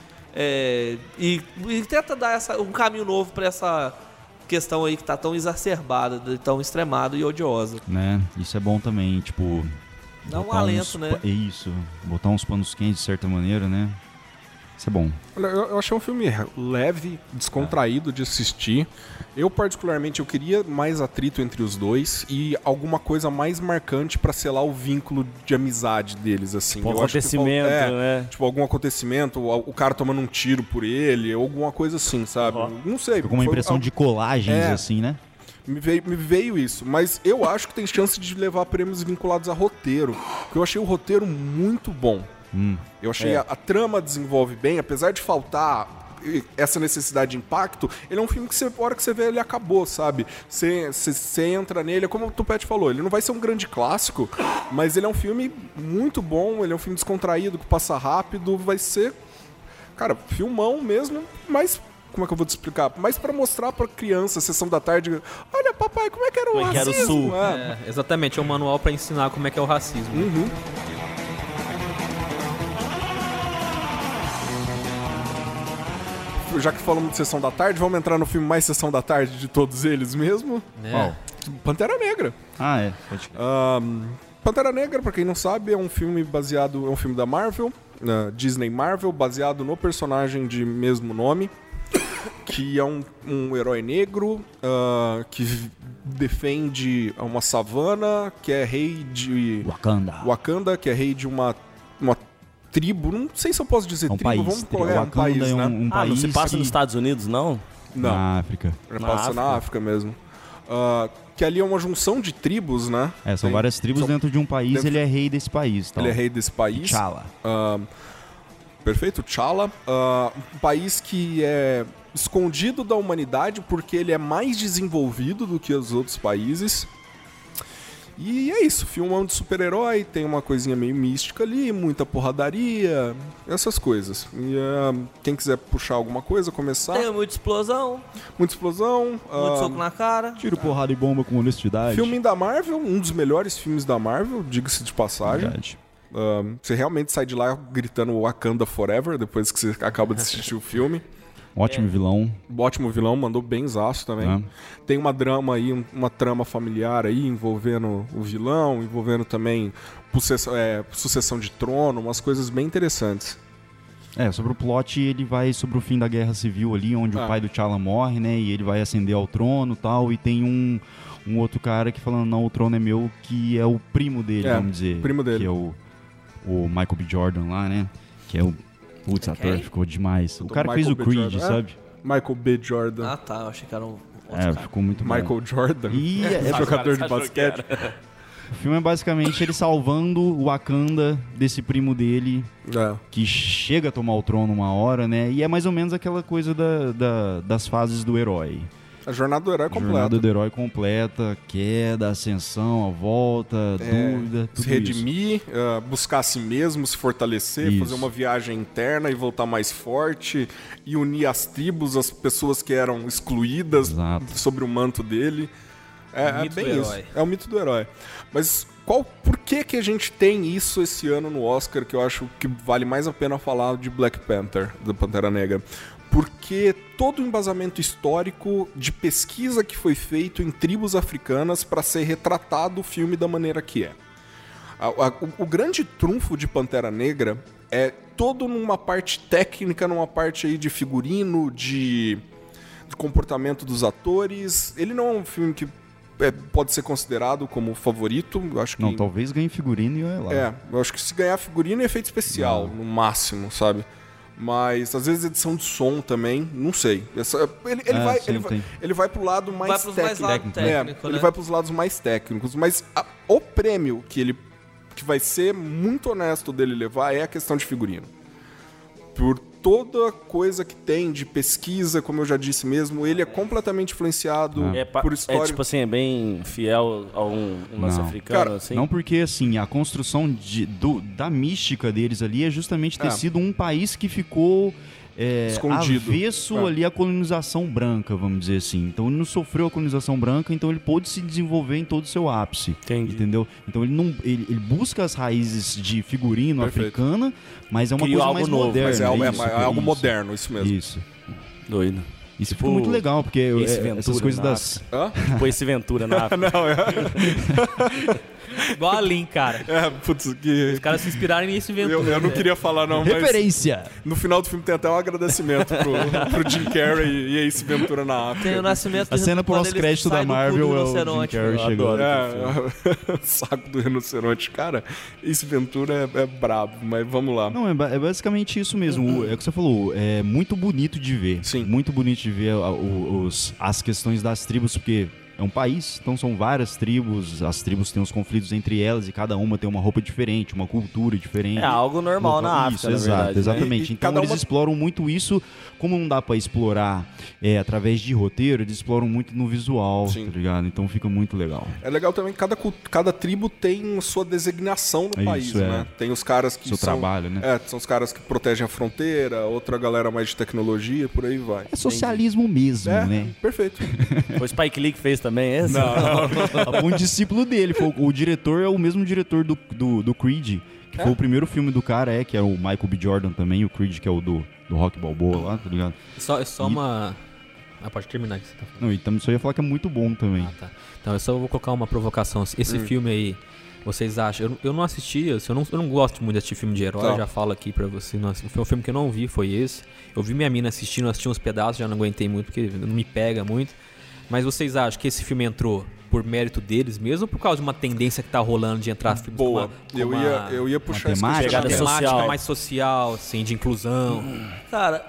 E tenta dar um caminho novo pra essa questão aí que tá tão exacerbada, tão extremada e odiosa. Né? Isso é bom também, tipo... Dá um alento, né? Isso. Botar uns panos quentes de certa maneira, né? Isso é bom. Olha, eu achei um filme leve, descontraído de assistir. Eu, particularmente, eu queria mais atrito entre os dois e alguma coisa mais marcante pra selar o vínculo de amizade deles, assim. Um acontecimento, né? Tipo, algum acontecimento, o cara tomando um tiro por ele, alguma coisa assim, sabe? Não sei. Ficou uma impressão de colagens, assim, né? Me veio isso, mas eu acho que tem chance de levar prêmios vinculados a roteiro, porque eu achei o roteiro muito bom. Eu achei a trama desenvolve bem, apesar de faltar essa necessidade de impacto, ele é um filme que a hora que você vê ele acabou, sabe? Você entra nele, é como o Tupete falou, ele não vai ser um grande clássico, mas ele é um filme muito bom, ele é um filme descontraído, que passa rápido, vai ser, cara, filmão mesmo, mas... Como é que eu vou te explicar? Mas pra mostrar pra criança, Sessão da Tarde, olha, papai, como é que era o racismo? Era o Sul. Exatamente, é um manual pra ensinar como é que é o racismo. Já que falamos de Sessão da Tarde, vamos entrar no filme mais Sessão da Tarde de todos eles mesmo? Pantera Negra. Pantera Negra, pra quem não sabe, é um filme da Marvel, Disney Marvel, baseado no personagem de mesmo nome, que é um herói negro que defende uma savana, que é rei de Wakanda, que é rei de uma tribo, não sei se eu posso dizer tribo, vamos colocar um país, né? Não se passa nos Estados Unidos, não? Não. Na África. Passa na África mesmo. Que ali é uma junção de tribos, né? São várias tribos dentro de um país, ele é rei desse país. Tal. Ele é rei desse país. T'Challa. Perfeito, T'Challa. Um país que é escondido da humanidade porque ele é mais desenvolvido do que os outros países. E é isso, filmão de super-herói, tem uma coisinha meio mística ali, muita porradaria, essas coisas. E quem quiser puxar alguma coisa, começar... Tem muita explosão. Muita explosão. Muito soco na cara. Tiro, porrada e bomba com honestidade. Filme da Marvel, um dos melhores filmes da Marvel, diga-se de passagem. Verdade. Você realmente sai de lá gritando Wakanda Forever, depois que você acaba de assistir o filme. Ótimo vilão. Ótimo vilão, mandou benzaço também. Tem uma drama aí, uma trama familiar aí envolvendo o vilão, envolvendo também sucessão de trono, umas coisas bem interessantes. Sobre o plot, ele vai sobre o fim da Guerra Civil ali, onde o pai do T'Challa morre, né? E ele vai ascender ao trono e tal, e tem um outro cara que falando, não, o trono é meu, que é o primo dele, vamos dizer. Primo dele. Que é o Michael B. Jordan lá, né? Que é o... Putz, ator ficou demais. O cara que fez o Creed, sabe? Michael B. Jordan. Ah, tá. Eu achei que era um outro cara. Ficou muito bom. Michael Jordan. E jogador de basquete. O filme é basicamente ele salvando o Wakanda desse primo dele, que chega a tomar o trono uma hora, né? E é mais ou menos aquela coisa das fases do herói. A jornada do herói completa. Jornada do herói completa, queda, ascensão, a volta, dúvida, tudo se redimir, buscar a si mesmo, se fortalecer, fazer uma viagem interna e voltar mais forte, e unir as tribos, as pessoas que eram excluídas sobre o manto dele. É bem isso. É o mito do herói. Mas por que a gente tem isso esse ano no Oscar, que eu acho que vale mais a pena falar de Black Panther, da Pantera Negra? Porque todo o embasamento histórico de pesquisa que foi feito em tribos africanas para ser retratado o filme da maneira que é. O grande trunfo de Pantera Negra é todo numa parte técnica, numa parte aí de figurino, de comportamento dos atores. Ele não é um filme que pode ser considerado como favorito. Eu acho que... Não, talvez ganhe figurino e olha lá. Eu acho que se ganhar figurino é efeito especial, no máximo, sabe? Mas às vezes edição de som também, não sei. Ele vai pro lado mais técnico. Ele vai pros lados mais técnicos. Mas o prêmio que vai ser muito honesto dele levar é a questão de figurino. Por toda coisa que tem de pesquisa, como eu já disse mesmo, ele é completamente influenciado por história. Tipo assim, é bem fiel a um lance africano, cara, assim? Não, porque assim, a construção da mística deles ali é justamente ter sido um país que ficou escondido, avesso ali à colonização branca, vamos dizer assim. Então ele não sofreu a colonização branca, então ele pôde se desenvolver em todo o seu ápice. Entendi. Entendeu? Então ele busca as raízes de figurino africana, mas é uma coisa mais novo, moderna. Mas é algo moderno, isso mesmo. Isso. Doido. Isso ficou muito legal, porque essas coisas das... Tipo esse Ventura na África. Igual a Lin, cara. Os caras se inspiraram em Ace Ventura. Eu não queria falar, não, Referência! Mas no final do filme tem até um agradecimento pro Jim Carrey e Ace Ventura na África. Tem o nascimento a cena pós-crédito da Marvel é o Jim Carrey chegando. O saco do rinoceronte. Cara, Ace Ventura é brabo, mas vamos lá. Não, é basicamente isso mesmo. É o que você falou, é muito bonito de ver. Sim. Muito bonito de ver as questões das tribos, porque... É um país, então são várias tribos, as tribos têm os conflitos entre elas e cada uma tem uma roupa diferente, uma cultura diferente. É algo normal na África, isso, na verdade. Exatamente. Então eles exploram muito isso, como não dá pra explorar através de roteiro, eles exploram muito no visual, tá ligado? Então fica muito legal. É legal também que cada tribo tem sua designação no país, né? Tem os caras que trabalho, né? São os caras que protegem a fronteira, outra galera mais de tecnologia, por aí vai. É socialismo mesmo, né? Perfeito. Foi o Spike Lee que fez também esse? Não. Um discípulo dele. O diretor é o mesmo diretor do Creed, que foi o primeiro filme do cara, que é o Michael B. Jordan também, o Creed, que é o do Rock Balboa lá, tá ligado? Uma... pode terminar que você tá falando. Não, e também só ia falar que é muito bom também. Tá. Então eu só vou colocar uma provocação. Esse filme aí, vocês acham... Eu não assisti, eu não gosto muito de assistir filme de herói, já falo aqui pra você. Foi um filme que eu não vi, foi esse. Eu vi minha mina assistindo, assisti uns pedaços, já não aguentei muito, porque não me pega muito. Mas vocês acham que esse filme entrou por mérito deles mesmo ou por causa de uma tendência que tá rolando de entrar filmes Boa. Eu ia puxar essa temática mais social, assim, de inclusão. Cara,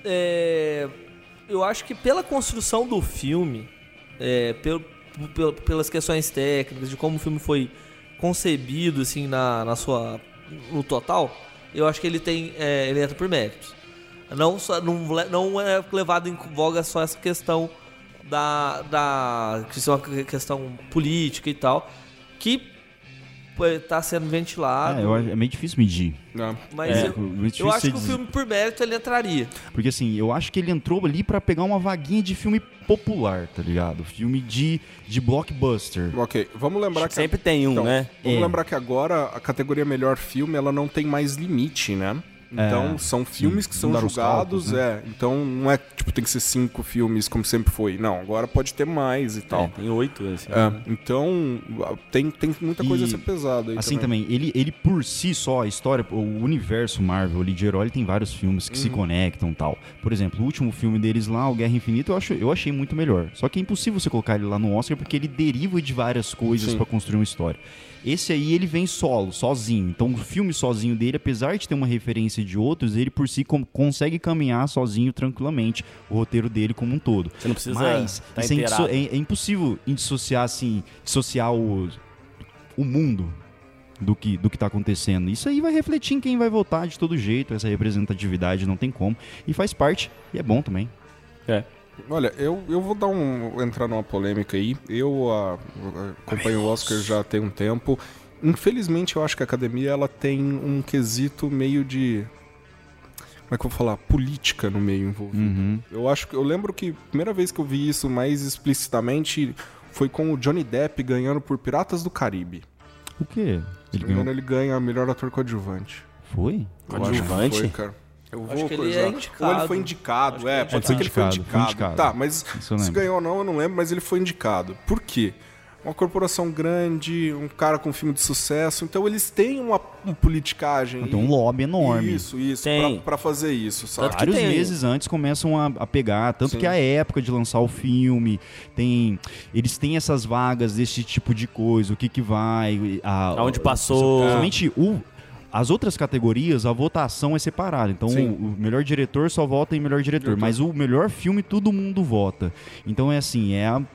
eu acho que pela construção do filme, pelas questões técnicas, de como o filme foi concebido, assim, no total, eu acho que ele entra por méritos. Não é levado em voga só essa questão que é uma questão política e tal, que tá sendo ventilado. É meio difícil medir. Mas eu acho que o filme, por mérito, ele entraria. Porque assim, eu acho que ele entrou ali pra pegar uma vaguinha de filme popular, tá ligado? Filme de blockbuster. Ok, vamos lembrar que... Sempre tem né? Vamos lembrar que agora a categoria melhor filme, ela não tem mais limite, né? Então, são filmes que são dar os julgados, cálculos, né? Então, não é, tipo, tem que ser 5 filmes, como sempre foi. Não, agora pode ter mais e tal. Tem 8, assim. Então, tem muita coisa a ser pesada aí Assim também, ele por si só, a história, o universo Marvel ali de herói, ele tem vários filmes que se conectam e tal. Por exemplo, o último filme deles lá, o Guerra Infinita, eu achei muito melhor. Só que é impossível você colocar ele lá no Oscar porque ele deriva de várias coisas pra construir uma história. Esse aí, ele vem solo, sozinho. Então, o filme sozinho dele, apesar de ter uma referência de outros, ele por si consegue caminhar sozinho tranquilamente o roteiro dele como um todo. Você não precisa Mas tá isso inteirado. é impossível dissociar o mundo do que tá acontecendo. Isso aí vai refletir em quem vai votar de todo jeito, essa representatividade não tem como. E faz parte, e é bom também. Olha, eu vou entrar numa polêmica aí. Eu acompanho o Oscar já tem um tempo. Infelizmente, eu acho que a academia ela tem um quesito meio de... Como é que eu vou falar? Política no meio envolvido. Eu lembro que a primeira vez que eu vi isso mais explicitamente foi com o Johnny Depp ganhando por Piratas do Caribe. O quê? Se não me engano, ele ganha melhor ator coadjuvante. Foi? Eu acho que foi, cara. Eu vou Acho que ele coisar. é indicado. Ou ele foi indicado, pode ser que ele foi indicado. Tá, mas Isso eu se lembro. ganhou ou não, eu não lembro, mas ele foi indicado. Por quê? Uma corporação grande, um cara com filme de sucesso, então eles têm uma politicagem. Tem um lobby enorme. Isso, Tem. pra fazer isso, sabe? Tanto que Vários tem- meses antes começam a pegar, tanto Sim. que a época de lançar o filme, eles têm essas vagas desse tipo de coisa, o que vai... Aonde passou. Principalmente as outras categorias, a votação é separada. Então, Sim. o melhor diretor só vota em melhor diretor. Mas o melhor filme, todo mundo vota. Então, é assim,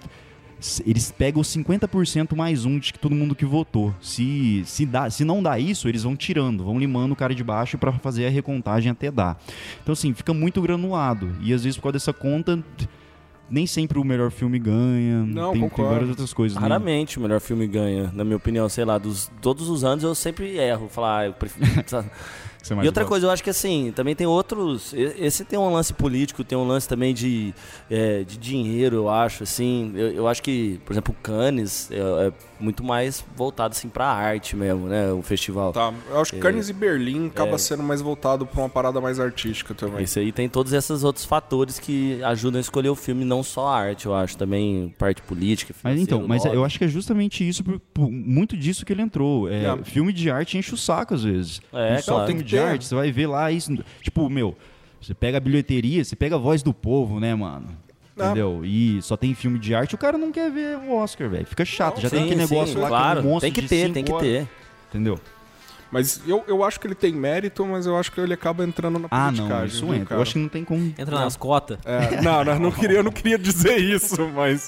eles pegam os 50% mais um de todo mundo que votou. Se não dá isso, eles vão tirando, vão limando o cara de baixo para fazer a recontagem até dar. Então, assim, fica muito granulado. E, às vezes, por causa dessa conta... Nem sempre o melhor filme ganha. Não, tem concordo. várias outras coisas. né? Raramente o melhor filme ganha, na minha opinião, sei lá, todos os anos eu sempre erro, falar, eu prefiro... Você mais E outra gosta. coisa, eu acho que assim, também tem outros. Esse tem um lance político, tem um lance também de dinheiro, eu acho, assim. Eu acho que, por exemplo, o Cannes é muito mais voltado assim pra arte mesmo, né? O festival. Tá, eu acho que Cannes e Berlim acaba sendo mais voltado pra uma parada mais artística também. Esse aí tem todos esses outros fatores que ajudam a escolher o filme, não só a arte, eu acho, também parte política, Mas então, financeiro, eu acho que é justamente isso, muito disso que ele entrou. Filme de arte enche o saco às vezes. É, Só claro. filme de arte, você vai ver lá isso. Tipo, você pega a bilheteria, você pega a Voz do Povo, né, mano? Entendeu? E só tem filme de arte, o cara não quer ver o Oscar, velho. Fica chato. Já tem aquele negócio lá claro, que é um monstro tem que de ter, 5 tem que horas. ter. Entendeu? Mas eu acho que ele tem mérito, mas eu acho que ele acaba entrando na Ah, politicagem. não, isso viu, entra. cara? Eu acho que não tem como. Entra nas cotas. Eu não queria dizer isso, mas...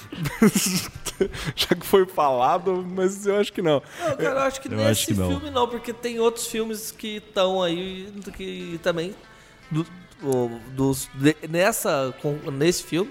Já que foi falado, mas eu acho que não. Não, cara, eu acho que Eu nesse acho que não. filme não, porque tem outros filmes que estão aí que também nesse filme,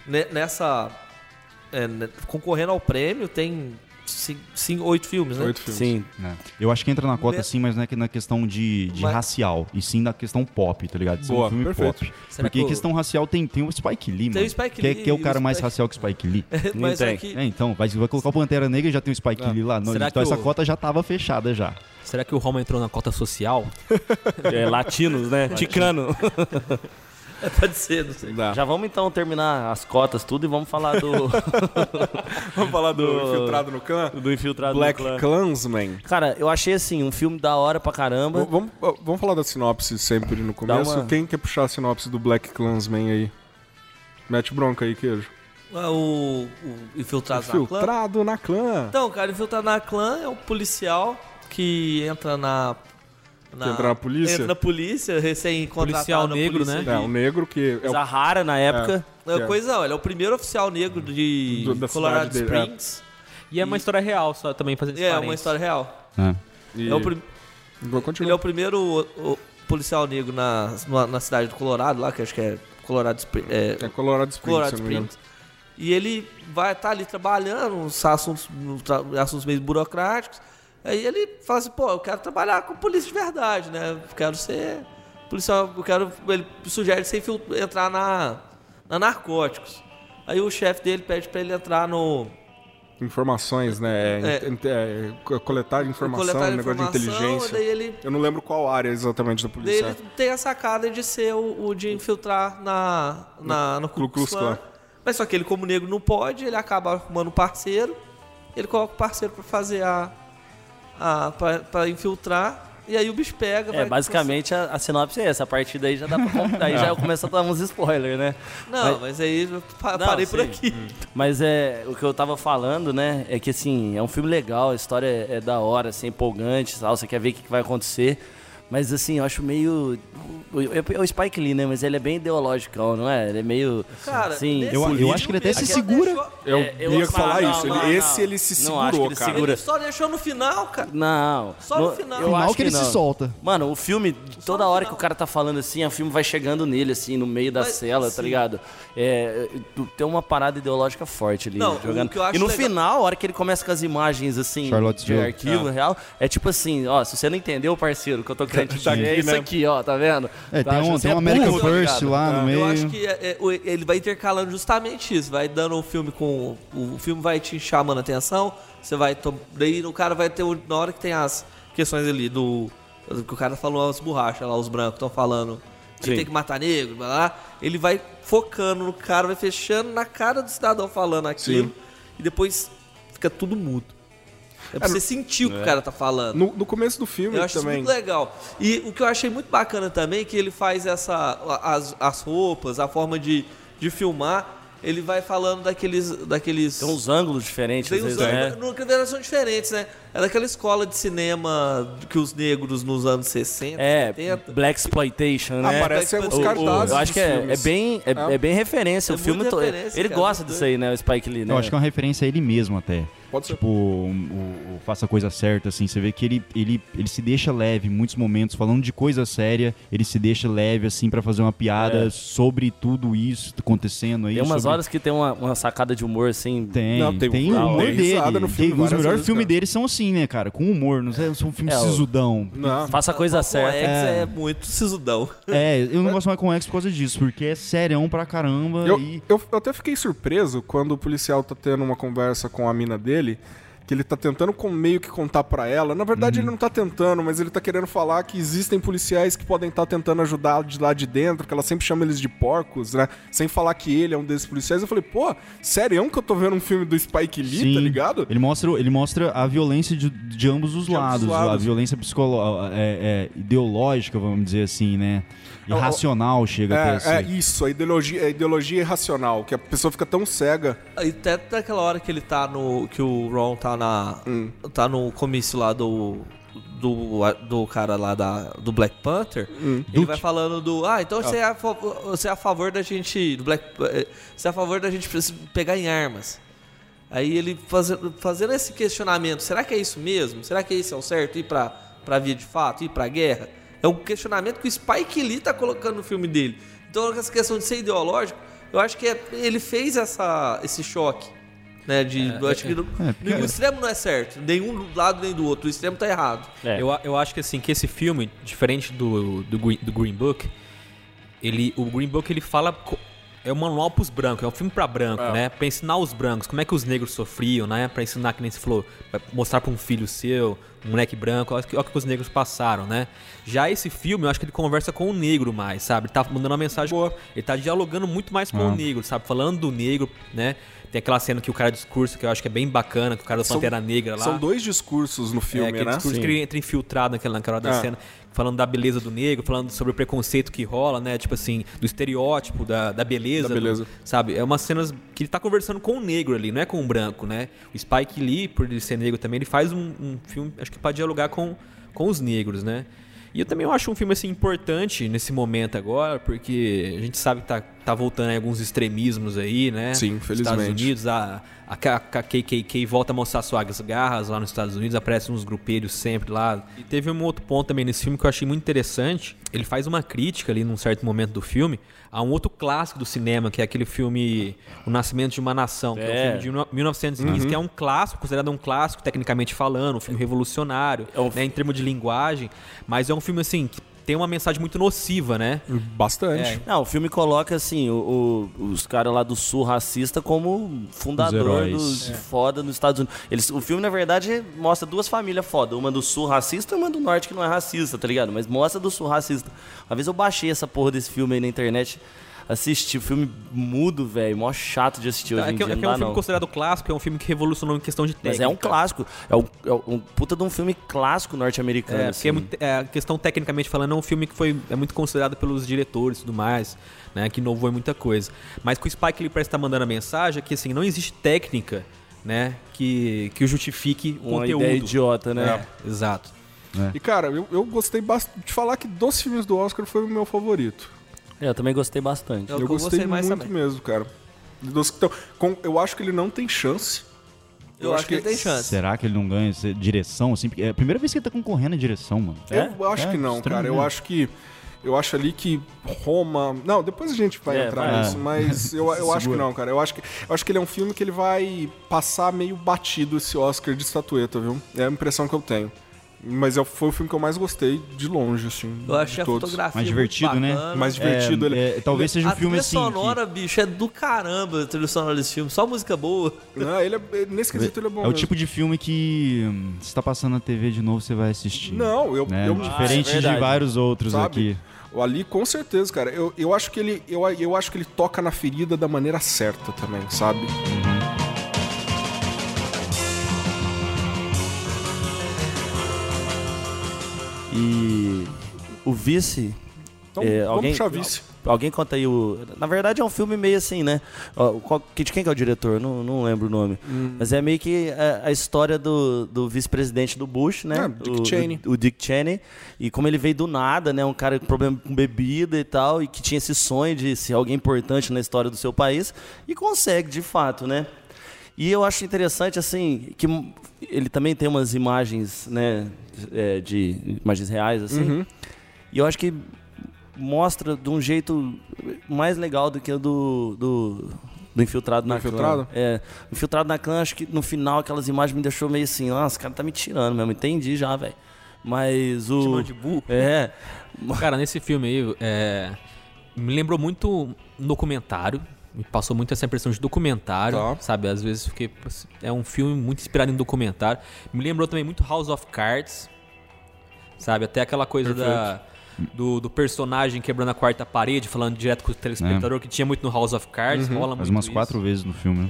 concorrendo ao prêmio, tem 8 filmes, né? 8 filmes. Sim. Eu acho que entra na cota sim, mas não é na questão de Mas- racial, e sim na questão pop, tá ligado? De ser Boa, um filme perfeito. pop. Será Porque que o- questão racial tem o Spike Lee, Tem mano. o Spike que, Lee que é o e cara o mais Spike- racial que o Spike Lee. Mas tem. é que Então, vai colocar o Pantera Negra, já tem o Spike Lee lá. Não, Será então que essa o- cota já tava fechada já. Será que o Roma entrou na cota social? Latinos, né? Ticano. pode ser, não sei. Já vamos então terminar as cotas, tudo, e vamos falar do Vamos falar do Infiltrado no Clã? do Infiltrado Black no Clã. Clansman. Cara, eu achei assim, um filme da hora pra caramba. Vamos falar da sinopse sempre no começo. uma- Quem quer puxar a sinopse do Black Clansman aí? Mete bronca aí, queijo. O Infiltrado na Clã. Infiltrado na Clã. Então, cara, Infiltrado na Clã é um policial que entra na entra na polícia? Entra na polícia, recém-contratado Policial na negro, polícia né? É, o negro que... É o, Zahara na época. Ele é o primeiro oficial negro de Da Colorado cidade dele, Springs. E é uma história real, só também fazendo É uma história real. e- É o prim- Vou continuar. Ele é o primeiro policial negro na cidade do Colorado, lá, que acho que é Colorado Springs. É Colorado Springs, Colorado se não me engano. Springs. E ele vai estar ali trabalhando, uns assuntos meio burocráticos. Aí ele fala assim, pô, eu quero trabalhar com polícia de verdade, né? Eu quero ser policial, ele sugere você entrar na narcóticos. Aí o chefe dele pede pra ele entrar informações, né? Coletar informação, negócio de inteligência. Daí eu não lembro qual área exatamente da polícia. Daí ele tem a sacada de ser o de infiltrar no Ku Klux Klan. Mas só que ele, como negro, não pode, ele acaba arrumando um parceiro, ele coloca o parceiro pra fazer pra infiltrar. E aí o bicho pega. Basicamente a sinopse é essa. A partir daí já dá pra contar. Aí já começa a dar uns spoilers, né? Não, mas aí eu parei por aqui. Mas o que eu tava falando, né? É que assim, é um filme legal, a história é da hora, assim, empolgante, tal, você quer ver o que vai acontecer. Mas assim, eu acho meio... É o Spike Lee, né? Mas ele é bem ideológico, não é? Ele é meio... Cara, assim, eu acho que ele até se segura. Eu ia falar isso. Ele se segurou, cara. Segura. Ele só deixou no final, cara. Não. Só no final. Eu acho que ele se solta. Mano, o filme, toda hora que o cara tá falando assim, o filme vai chegando nele, assim, no meio da cela, tá ligado? Tem uma parada ideológica forte ali. Não, jogando. o que eu acho e no legal... final, a hora que ele começa com as imagens, assim, de arquivo real, é tipo assim, ó, se você não entendeu, parceiro, que eu tô querendo te dizer, é isso aqui, ó, tá vendo? Tem um American First lá no meio. Eu acho que ele vai intercalando justamente isso, vai dando um filme com... O filme vai te chamando a atenção, você vai... Daí o cara vai ter... Na hora que tem as questões ali do... Que o cara falou as borrachas lá, os brancos estão falando que tem que matar negro, blá, blá, ele vai focando no cara, vai fechando na cara do cidadão falando aquilo. Sim. E depois fica tudo mudo. É pra você sentir o que o cara tá falando. No começo do filme eu acho também. Isso muito legal. E o que eu achei muito bacana também é que ele faz as roupas, a forma de filmar, ele vai falando daqueles... Tem uns ângulos diferentes, às vezes, né? Não são diferentes, né? É daquela escola de cinema que os negros nos anos 60, 70... Black Exploitation, né? Aparece os cartazes. Eu acho que é bem referência. O filme ele gosta disso aí, né? O Spike Lee, né? Eu acho que é uma referência a ele mesmo até. Pode ser. Tipo, o Faça a Coisa Certa, assim, você vê que ele se deixa leve em muitos momentos, falando de coisa séria, ele se deixa leve, assim, pra fazer uma piada sobre tudo isso acontecendo aí. Tem umas horas que tem uma sacada de humor, assim... Tem o humor dele. Os melhores filmes dele são assim, né, cara? Com humor, não são filmes sisudão. Não. Faça a Coisa Certa. O X é muito sisudão. Eu não gosto mais com o X por causa disso, porque é serião pra caramba. Eu até fiquei surpreso quando o policial tá tendo uma conversa com a mina dele, que ele tá tentando meio que contar pra ela. Na verdade, ele não tá tentando, mas ele tá querendo falar que existem policiais que podem estar tentando ajudar de lá de dentro, que ela sempre chama eles de porcos, né? Sem falar que ele é um desses policiais. Eu falei, pô, sério que eu tô vendo um filme do Spike Lee, Sim. Tá ligado? Ele mostra a violência de ambos os lados. A violência ideológica, vamos dizer assim, né? Irracional chega até assim. Isso, a ideologia irracional, que a pessoa fica tão cega. E até naquela hora que ele tá que o Ron tá no comício lá do cara lá do Black Panther, ele vai falando então você é a favor da gente você é a favor da gente pegar em armas. Aí ele fazendo esse questionamento, será que é isso mesmo? Será que esse é o certo? Ir pra via de fato? Ir pra guerra? É um questionamento que o Spike Lee tá colocando no filme dele. Então essa questão de ser ideológico, eu acho que ele fez esse choque, né? Eu acho que o extremo não é certo, nenhum lado nem do outro, o extremo tá errado. Eu acho que assim, que esse filme, diferente do Green Book, o Green Book ele fala... É um manual pros brancos, é um filme pra branco, né? Pra ensinar os brancos como é que os negros sofriam, né? Pra ensinar, que nem você falou, pra mostrar pra um filho seu, um moleque branco, olha o que os negros passaram, né? Já esse filme, eu acho que ele conversa com o negro mais, sabe? Ele tá mandando uma mensagem, ele tá dialogando muito mais com o negro, sabe? Falando do negro, né? Tem aquela cena que o cara discursa, que eu acho que é bem bacana, que o cara da Pantera Negra lá... São 2 discursos no filme, aquele né? discurso que ele entra infiltrado naquela hora da cena, falando da beleza do negro, falando sobre o preconceito que rola, né? Tipo assim, do estereótipo, da beleza. Sabe? É umas cenas que ele tá conversando com o negro ali, não é com o branco, né? O Spike Lee, por ele ser negro também, ele faz um filme, acho que pra dialogar com os negros, né? E eu também acho um filme assim importante nesse momento agora, porque a gente sabe que tá voltando aí alguns extremismos aí, né? Sim, infelizmente. Estados Unidos, a KKK volta a mostrar suas garras lá nos Estados Unidos, aparecem uns grupelhos sempre lá. E teve um outro ponto também nesse filme que eu achei muito interessante. Ele faz uma crítica ali num certo momento do filme a um outro clássico do cinema, que é aquele filme O Nascimento de uma Nação, que é um filme de 1915, que é um clássico, considerado um clássico tecnicamente falando, um filme revolucionário, né, em termos de linguagem, mas é um filme assim que tem uma mensagem muito nociva, né? Bastante. Não, o filme coloca, assim, os caras lá do Sul racista como fundador dos foda nos Estados Unidos. O filme, na verdade, mostra duas famílias foda. Uma do Sul racista e uma do Norte que não é racista, tá ligado? Mas mostra do Sul racista. Uma vez eu baixei essa porra desse filme aí na internet, assisti o filme mudo, velho, mó chato de assistir hoje em dia. É um filme considerado clássico, é um filme que revolucionou em questão de técnica. Mas é um clássico, é um puta de um filme clássico norte-americano. Porque assim. a questão tecnicamente falando, é um filme que é muito considerado pelos diretores e tudo mais, né, que inovou em muita coisa. Mas que o Spike Lee parece estar mandando a mensagem que assim, não existe técnica, né, que justifique o conteúdo. Ideia idiota, né? Exato. E cara, eu gostei bastante de falar que dos filmes do Oscar foi o meu favorito. Eu também gostei bastante. Eu gostei mais muito também. mesmo, cara. Eu acho que ele não tem chance. Eu acho que ele tem chance. Será que ele não ganha direção, assim? Porque é a primeira vez que ele tá concorrendo em direção, mano. Eu acho que não, cara. Eu acho ali que Roma... Não, depois a gente vai entrar nisso, mas eu acho que não, cara. Eu acho que ele é um filme que ele vai passar meio batido esse Oscar de estatueta, viu? É a impressão que eu tenho. Mas foi o filme que eu mais gostei de longe, assim. Eu achei a todos. fotografia Mais divertido, bacana. né? Mais divertido. Talvez seja um filme assim. A trilha sonora, bicho, é do caramba a trilha sonora desse filme. Só música boa. Não, nesse quesito ele é bom É o mesmo. tipo de filme que se tá passando na TV de novo, você vai assistir. Não, diferente de vários outros sabe? aqui. Ali, com certeza, cara. Eu acho que ele toca na ferida da maneira certa também, sabe? E o Vice... Então, vamos puxar Vice. Alguém conta aí Na verdade é um filme meio assim, né? De quem que é o diretor? Não lembro o nome. Mas é meio que a história do vice-presidente do Bush, né? Dick Cheney. O Dick Cheney. E como ele veio do nada, né? Um cara com problema com bebida e tal. E que tinha esse sonho de ser alguém importante na história do seu país. E consegue, de fato, né? E eu acho interessante, assim, que ele também tem umas imagens, né? De imagens reais, assim. E eu acho que mostra de um jeito mais legal do que o do Infiltrado na Clã. Infiltrado na Clã, acho que no final aquelas imagens me deixou meio assim, nossa, o cara tá me tirando mesmo, entendi já, velho. Mas o... Timão de burro. Cara, nesse filme aí, me lembrou muito um documentário. Me passou muito essa impressão de documentário, sabe? Às vezes é um filme muito inspirado em documentário. Me lembrou também muito House of Cards, sabe? Até aquela coisa do personagem quebrando a quarta parede, falando direto com o telespectador, que tinha muito no House of Cards. Rola muito umas 4 vezes no filme.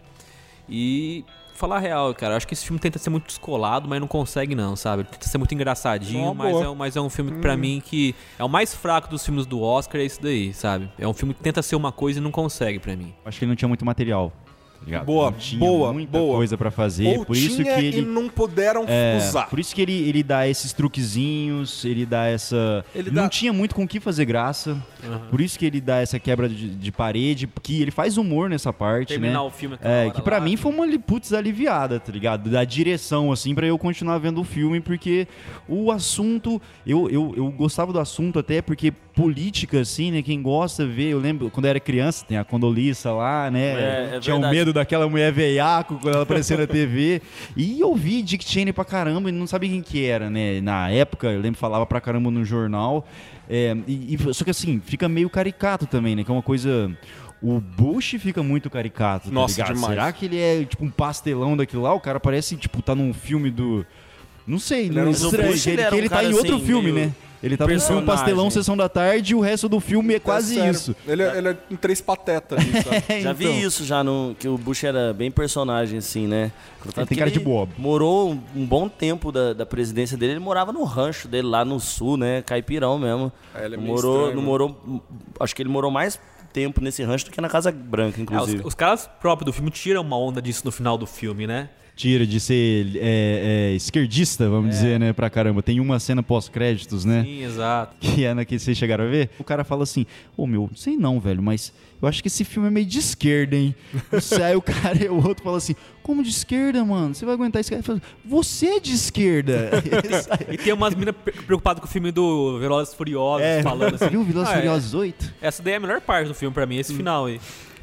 E falar a real, cara, acho que esse filme tenta ser muito descolado, mas não consegue não, sabe? Tenta ser muito engraçadinho, mas é um filme que pra mim que é o mais fraco dos filmes do Oscar, é esse daí, sabe? É um filme que tenta ser uma coisa e não consegue pra mim. Acho que ele não tinha muito material. Boa, não tinha muita coisa pra fazer. Ou por isso que ele e não puderam usar. Por isso que ele dá esses truquezinhos, ele dá essa... não tinha muito com o que fazer graça. Por isso que ele dá essa quebra de parede, que ele faz humor nessa parte, terminar né? O filme que pra mim foi uma aliviada, tá ligado? Da direção, assim, pra eu continuar vendo o filme, porque o assunto... Eu gostava do assunto até porque política, assim, né? Quem gosta vê... Eu lembro, quando eu era criança, tem a Condoleezza lá, né? Tinha um medo daquela mulher veiaco quando ela apareceu na TV. E eu vi Dick Cheney pra caramba e não sabia quem que era, né? Na época, eu lembro que falava pra caramba no jornal. Só que assim, fica meio caricato também, né? Que é uma coisa... O Bush fica muito caricato, tá ligado? Demais. Será que ele é tipo um pastelão daquilo lá? O cara parece, tipo, tá num filme do... Não sei, não estranho. Ele tá em outro filme, né? Ele tá no filme Pastelão, Sessão da Tarde, e o resto do filme é quase isso. Ele é em 3 patetas ali, sabe? Já vi isso que o Bush era bem personagem, assim, né? Ele tem cara de bobo. Morou um bom tempo da presidência dele, ele morava no rancho dele lá no sul, né? Caipirão mesmo. Ele é meio estranho, acho que ele morou mais tempo nesse rancho do que na Casa Branca, inclusive. Os caras próprios do filme tiram uma onda disso no final do filme, né? Tira de ser esquerdista, vamos dizer, né, pra caramba. Tem uma cena pós-créditos, né? Sim, exato. Que é na que vocês chegaram a ver. O cara fala assim, não sei não, velho, mas eu acho que esse filme é meio de esquerda, hein? Aí o outro fala assim, como de esquerda, mano? Você vai aguentar isso? Ele fala, você é de esquerda. E tem umas meninas preocupadas com o filme do Velozes e Furiosos, falando assim. Você viu Velozes e Furiosos 8? Essa daí é a melhor parte do filme pra mim, esse final aí.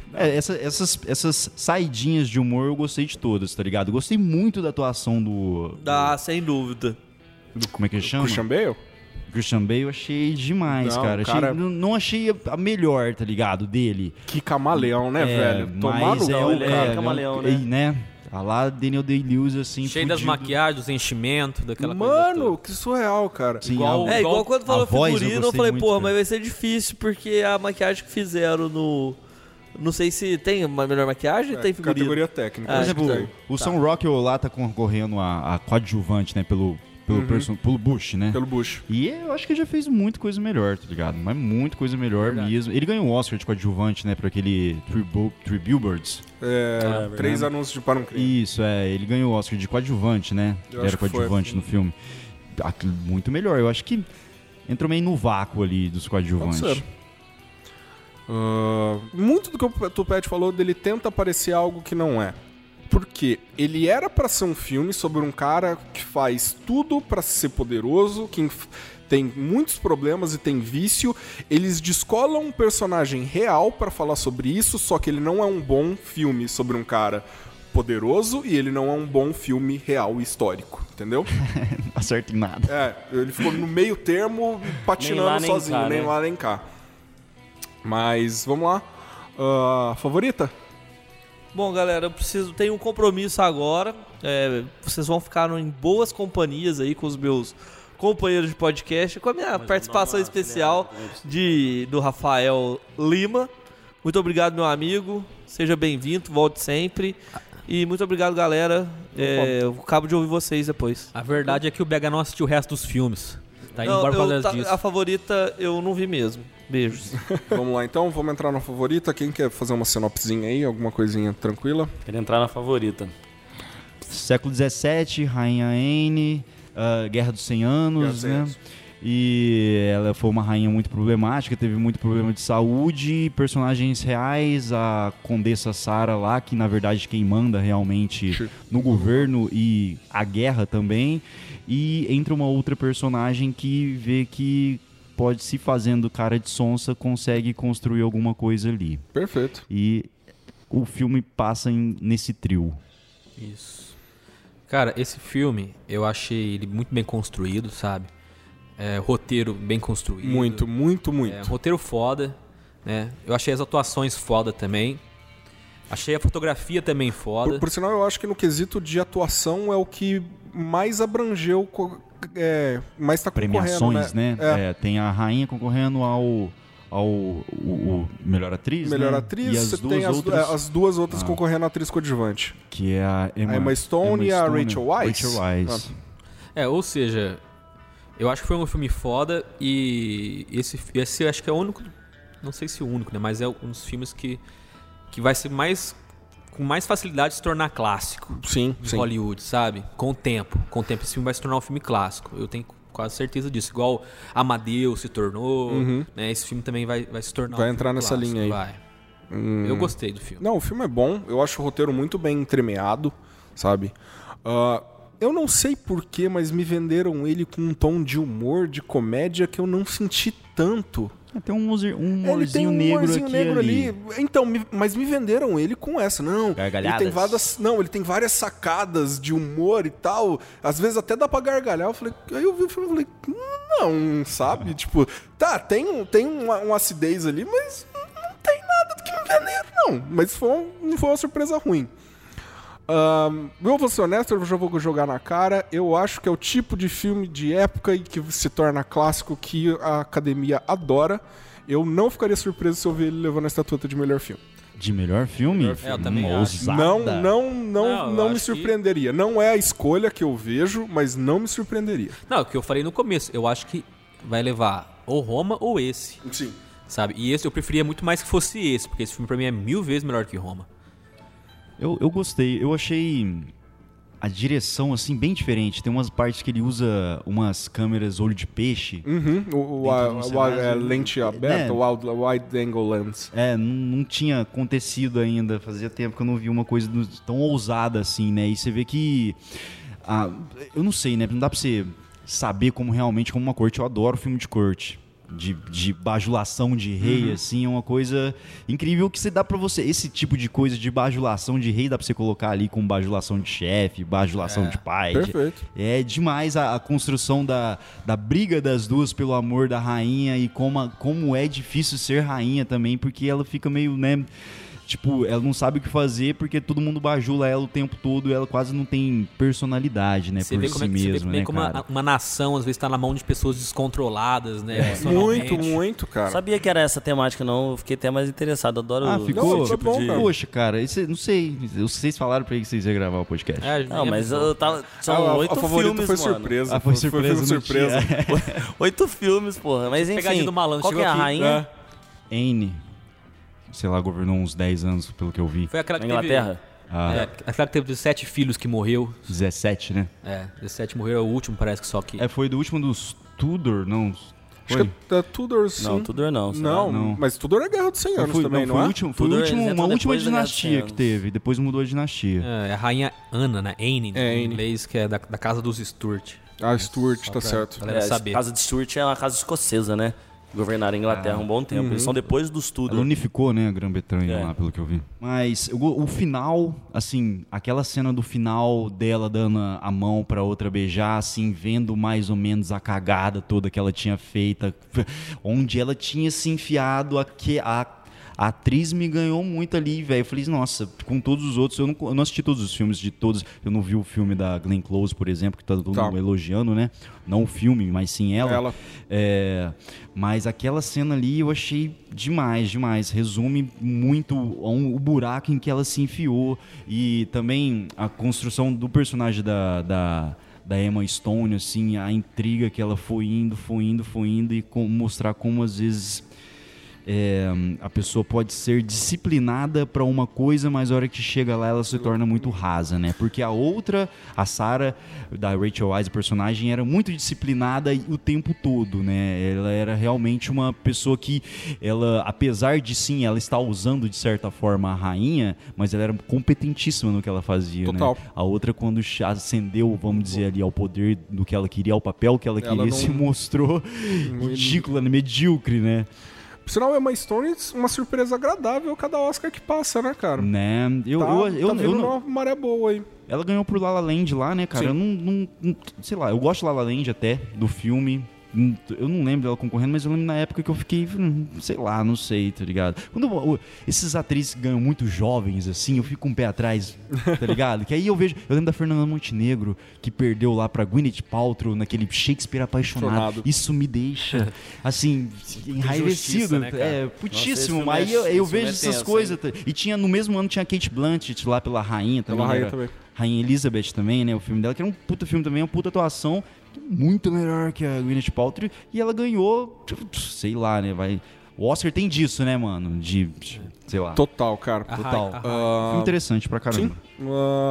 Essas saidinhas de humor eu gostei de todas, tá ligado? Eu gostei muito da atuação do... Sem dúvida. Como é que ele chama? Christian Bale? Christian Bale eu achei demais, Não, cara. cara- Não achei a melhor, tá ligado, dele. Que camaleão, né, velho? Tomar Mas no cu, ele cara. camaleão, né? né? A lá Daniel Day-Lewis, assim, Cheio das fudido. maquiagens, dos enchimentos, daquela coisa Mano, toda. que surreal, cara. Sim, igual- a- Igual quando falou a voz eu figurino, eu gostei falei, muito, porra, cara. mas vai ser difícil, porque a maquiagem que fizeram no... Não sei se tem uma melhor maquiagem, tem figurino. Categoria técnica. Ah, Por acho que exemplo, tem. o Sam Rockwell lá tá concorrendo a coadjuvante, né? Pelo Bush, né? Pelo Bush. E eu acho que ele já fez muita coisa melhor, tá ligado? Mas muita coisa melhor mesmo. Ele ganhou o Oscar de coadjuvante, né? Pra aquele Three Billboards. 3 anúncios de Para um Crime. Isso, ele ganhou o Oscar de coadjuvante, né? Eu Ele acho era que foi. coadjuvante no filme. Muito melhor. Eu acho que entrou meio no vácuo ali dos coadjuvantes. Pode ser. Muito do que o Tupete falou dele tenta parecer algo que não é. Porque ele era pra ser um filme sobre um cara que faz tudo pra ser poderoso, que tem muitos problemas e tem vício. Eles descolam um personagem real pra falar sobre isso, só que ele não é um bom filme sobre um cara poderoso e ele não é um bom filme real e histórico, entendeu? Não acerta em nada. Ele ficou no meio termo, patinando Nem lá, nem sozinho, cá, nem né? lá nem cá. Mas, vamos lá. Favorita? Bom, galera, tenho um compromisso agora. Vocês vão ficar em boas companhias aí com os meus companheiros de podcast, com a minha participação especial do Rafael Lima. Muito obrigado, meu amigo. Seja bem-vindo, volte sempre. E muito obrigado, galera. Eu acabo de ouvir vocês depois. A verdade é que o BH não assistiu o resto dos filmes. Tá indo Não, embora por causa disso. a favorita eu não vi mesmo. Beijos. Vamos lá então, vamos entrar na favorita. Quem quer fazer uma sinopsezinha aí, alguma coisinha tranquila? Quero entrar na favorita. Século XVII, Rainha Anne, Guerra dos 100 Anos, Guerra dos 100 né? anos. E ela foi uma rainha muito problemática, teve muito problema de saúde, personagens reais, a Condessa Sarah lá, que na verdade quem manda realmente no governo e a guerra também. E entra uma outra personagem que vê que pode, se fazendo cara de sonsa, consegue construir alguma coisa ali. Perfeito. E o filme passa nesse trio. Isso. Cara, esse filme, eu achei ele muito bem construído, sabe? Roteiro bem construído. Muito, muito, muito. Roteiro foda, né? Eu achei as atuações foda também. Achei a fotografia também foda. Por sinal, eu acho que no quesito de atuação é o que mais abrangeu, mais tá concorrendo, Premiações, né? É. Tem a rainha concorrendo ao melhor atriz, Melhor né? atriz, E as você duas tem outras, as duas outras concorrendo a atriz coadjuvante. que é a Emma Stone e a Rachel Weisz. Rachel Weisz. Ou seja, eu acho que foi um filme foda e esse eu acho que é o único, não sei se o único, né? Mas é um dos filmes que vai ser com mais facilidade de se tornar clássico Sim, em sim. Hollywood, sabe? Com o tempo esse filme vai se tornar um filme clássico. Eu tenho quase certeza disso. Igual Amadeus se tornou, né? Esse filme também vai se tornar Vai um entrar filme nessa clássico, linha aí. vai. Eu gostei do filme. Não, o filme é bom. Eu acho o roteiro muito bem entremeado, sabe? Eu não sei porquê, mas me venderam ele com um tom de humor, de comédia, que eu não senti tanto. Tem um Ele humorzinho tem um negro humorzinho aqui negro ali. ali. Então, mas me venderam ele com essa. Não, Gargalhadas. ele tem várias sacadas de humor e tal. Às vezes até dá pra gargalhar. Aí eu vi o filme e falei, não, sabe? Tipo, tem uma acidez ali, mas não tem nada do que me venderam, não. Mas não foi uma surpresa ruim. Eu vou ser honesto, eu já vou jogar na cara. Eu acho que é o tipo de filme de época e que se torna clássico que a academia adora. Eu não ficaria surpreso se eu ver ele levando a estatueta de melhor filme. De melhor filme? Eu também acho. Ousada. Não eu me acho surpreenderia. Não é a escolha que eu vejo, mas não me surpreenderia. Não, o que eu falei no começo, eu acho que vai levar ou Roma ou esse, Sim. sabe? E esse eu preferia muito mais que fosse esse, porque esse filme pra mim é 1000 vezes melhor que Roma. Eu gostei. Eu achei a direção, assim, bem diferente. Tem umas partes que ele usa umas câmeras olho de peixe. Lente aberta, o wide angle lens. Não tinha acontecido ainda. Fazia tempo que eu não vi uma coisa tão ousada assim, né? E você vê que... eu não sei, né? Não dá pra você saber como realmente como uma corte. Eu adoro filme de corte. de bajulação de rei, assim, é uma coisa incrível que você dá pra você. Esse tipo de coisa de bajulação de rei dá pra você colocar ali com bajulação de chefe, bajulação de pai. Perfeito. É demais a construção da briga das duas pelo amor da rainha e como é difícil ser rainha também, porque ela fica meio, né... Tipo, ela não sabe o que fazer porque todo mundo bajula ela o tempo todo e ela quase não tem personalidade, né? Você por vê si como mesma, né, como cara? uma nação, às vezes, tá na mão de pessoas descontroladas, né? Muito, muito, cara. Sabia que era essa temática, não. Eu fiquei até mais interessado. Adoro Ficou? esse tipo bom, de... cara. Poxa, cara, não sei. Vocês falaram pra ele que vocês iam gravar o podcast. Não, mas eu tava... São 8 a favorita filmes, foi mano. surpresa. Foi filme surpresa. surpresa. 8 filmes, porra. Mas Pegadinha enfim, do malandro, qual que chegou é a aqui. rainha? Anne, sei lá, governou uns 10 anos, pelo que eu vi. Foi aquela Na que Inglaterra? aquela que teve 17 filhos que morreu. 17, né? 17 morreu, é o último, parece que só que... Foi do último dos Tudor, não? Acho que é Tudor, sim. Não, Tudor não. será? Não, mas Tudor é Guerra dos 100 anos também, não é? Foi Tudor, eles uma entram última depois da Guerra dos 100 dinastia anos. que teve, depois mudou a dinastia. É a rainha Ana, né? Anne, É, em Anne. inglês, que é da casa dos Stuart. Stuart, tá certo. Galera A saber. casa de Stuart é uma casa escocesa, né? Governaram a Inglaterra um bom tempo. Eles são depois dos Ela Tudor. unificou, né, a Grã-Bretanha É. lá, pelo que eu vi. Mas o final, assim, aquela cena do final dela dando a mão pra outra beijar, assim, vendo mais ou menos a cagada toda que ela tinha feita, onde ela tinha se enfiado, a atriz me ganhou muito ali, velho. Eu falei, nossa, com todos os outros, eu não assisti todos os filmes de todos. Eu não vi o filme da Glenn Close, por exemplo, que tá todo mundo elogiando, né? Não o filme, mas sim ela. Mas aquela cena ali eu achei demais. Resume muito o buraco em que ela se enfiou. E também a construção do personagem da Emma Stone, assim, a intriga que ela foi indo e mostrar como às vezes a pessoa pode ser disciplinada para uma coisa, mas a hora que chega lá ela se torna muito rasa, né? Porque a outra, a Sarah, da Rachel Weisz, a personagem, era muito disciplinada o tempo todo, né? Ela era realmente uma pessoa que, ela, apesar de sim, ela estar usando de certa forma a rainha, mas ela era competentíssima no que ela fazia, Total. né? A outra, quando ascendeu, vamos dizer ali, ao poder do que ela queria, ao papel que ela queria, se mostrou ridícula, medíocre, né? Por sinal, é uma Stone, uma surpresa agradável cada Oscar que passa, né, cara? Né? Tá vindo uma maré boa aí. Ela ganhou pro La La Land lá, né, cara? Sim. Eu não... Sei lá, eu gosto de La La Land até, do filme. Eu não lembro dela concorrendo, mas eu lembro na época que eu fiquei... Sei lá, não sei, tá ligado? Quando esses atrizes ganham muito jovens, assim, eu fico com o pé atrás, tá ligado? Que aí eu vejo... Eu lembro da Fernanda Montenegro, que perdeu lá pra Gwyneth Paltrow, naquele Shakespeare Apaixonado. Isso me deixa, assim, enraivecido. Né, cara? Putíssimo. Nossa, Aí eu vejo essas coisas. E no mesmo ano tinha a Kate Blanchett lá pela Rainha também. Pela Rainha também. Rainha Elizabeth também, né? O filme dela, que era um puta filme também, uma puta atuação, muito melhor que a Gwyneth Paltrow. E ela ganhou, sei lá, né? O Oscar tem disso, né, mano? Sei lá. Total, cara. Total. Ah, Filme interessante pra caramba. Sim.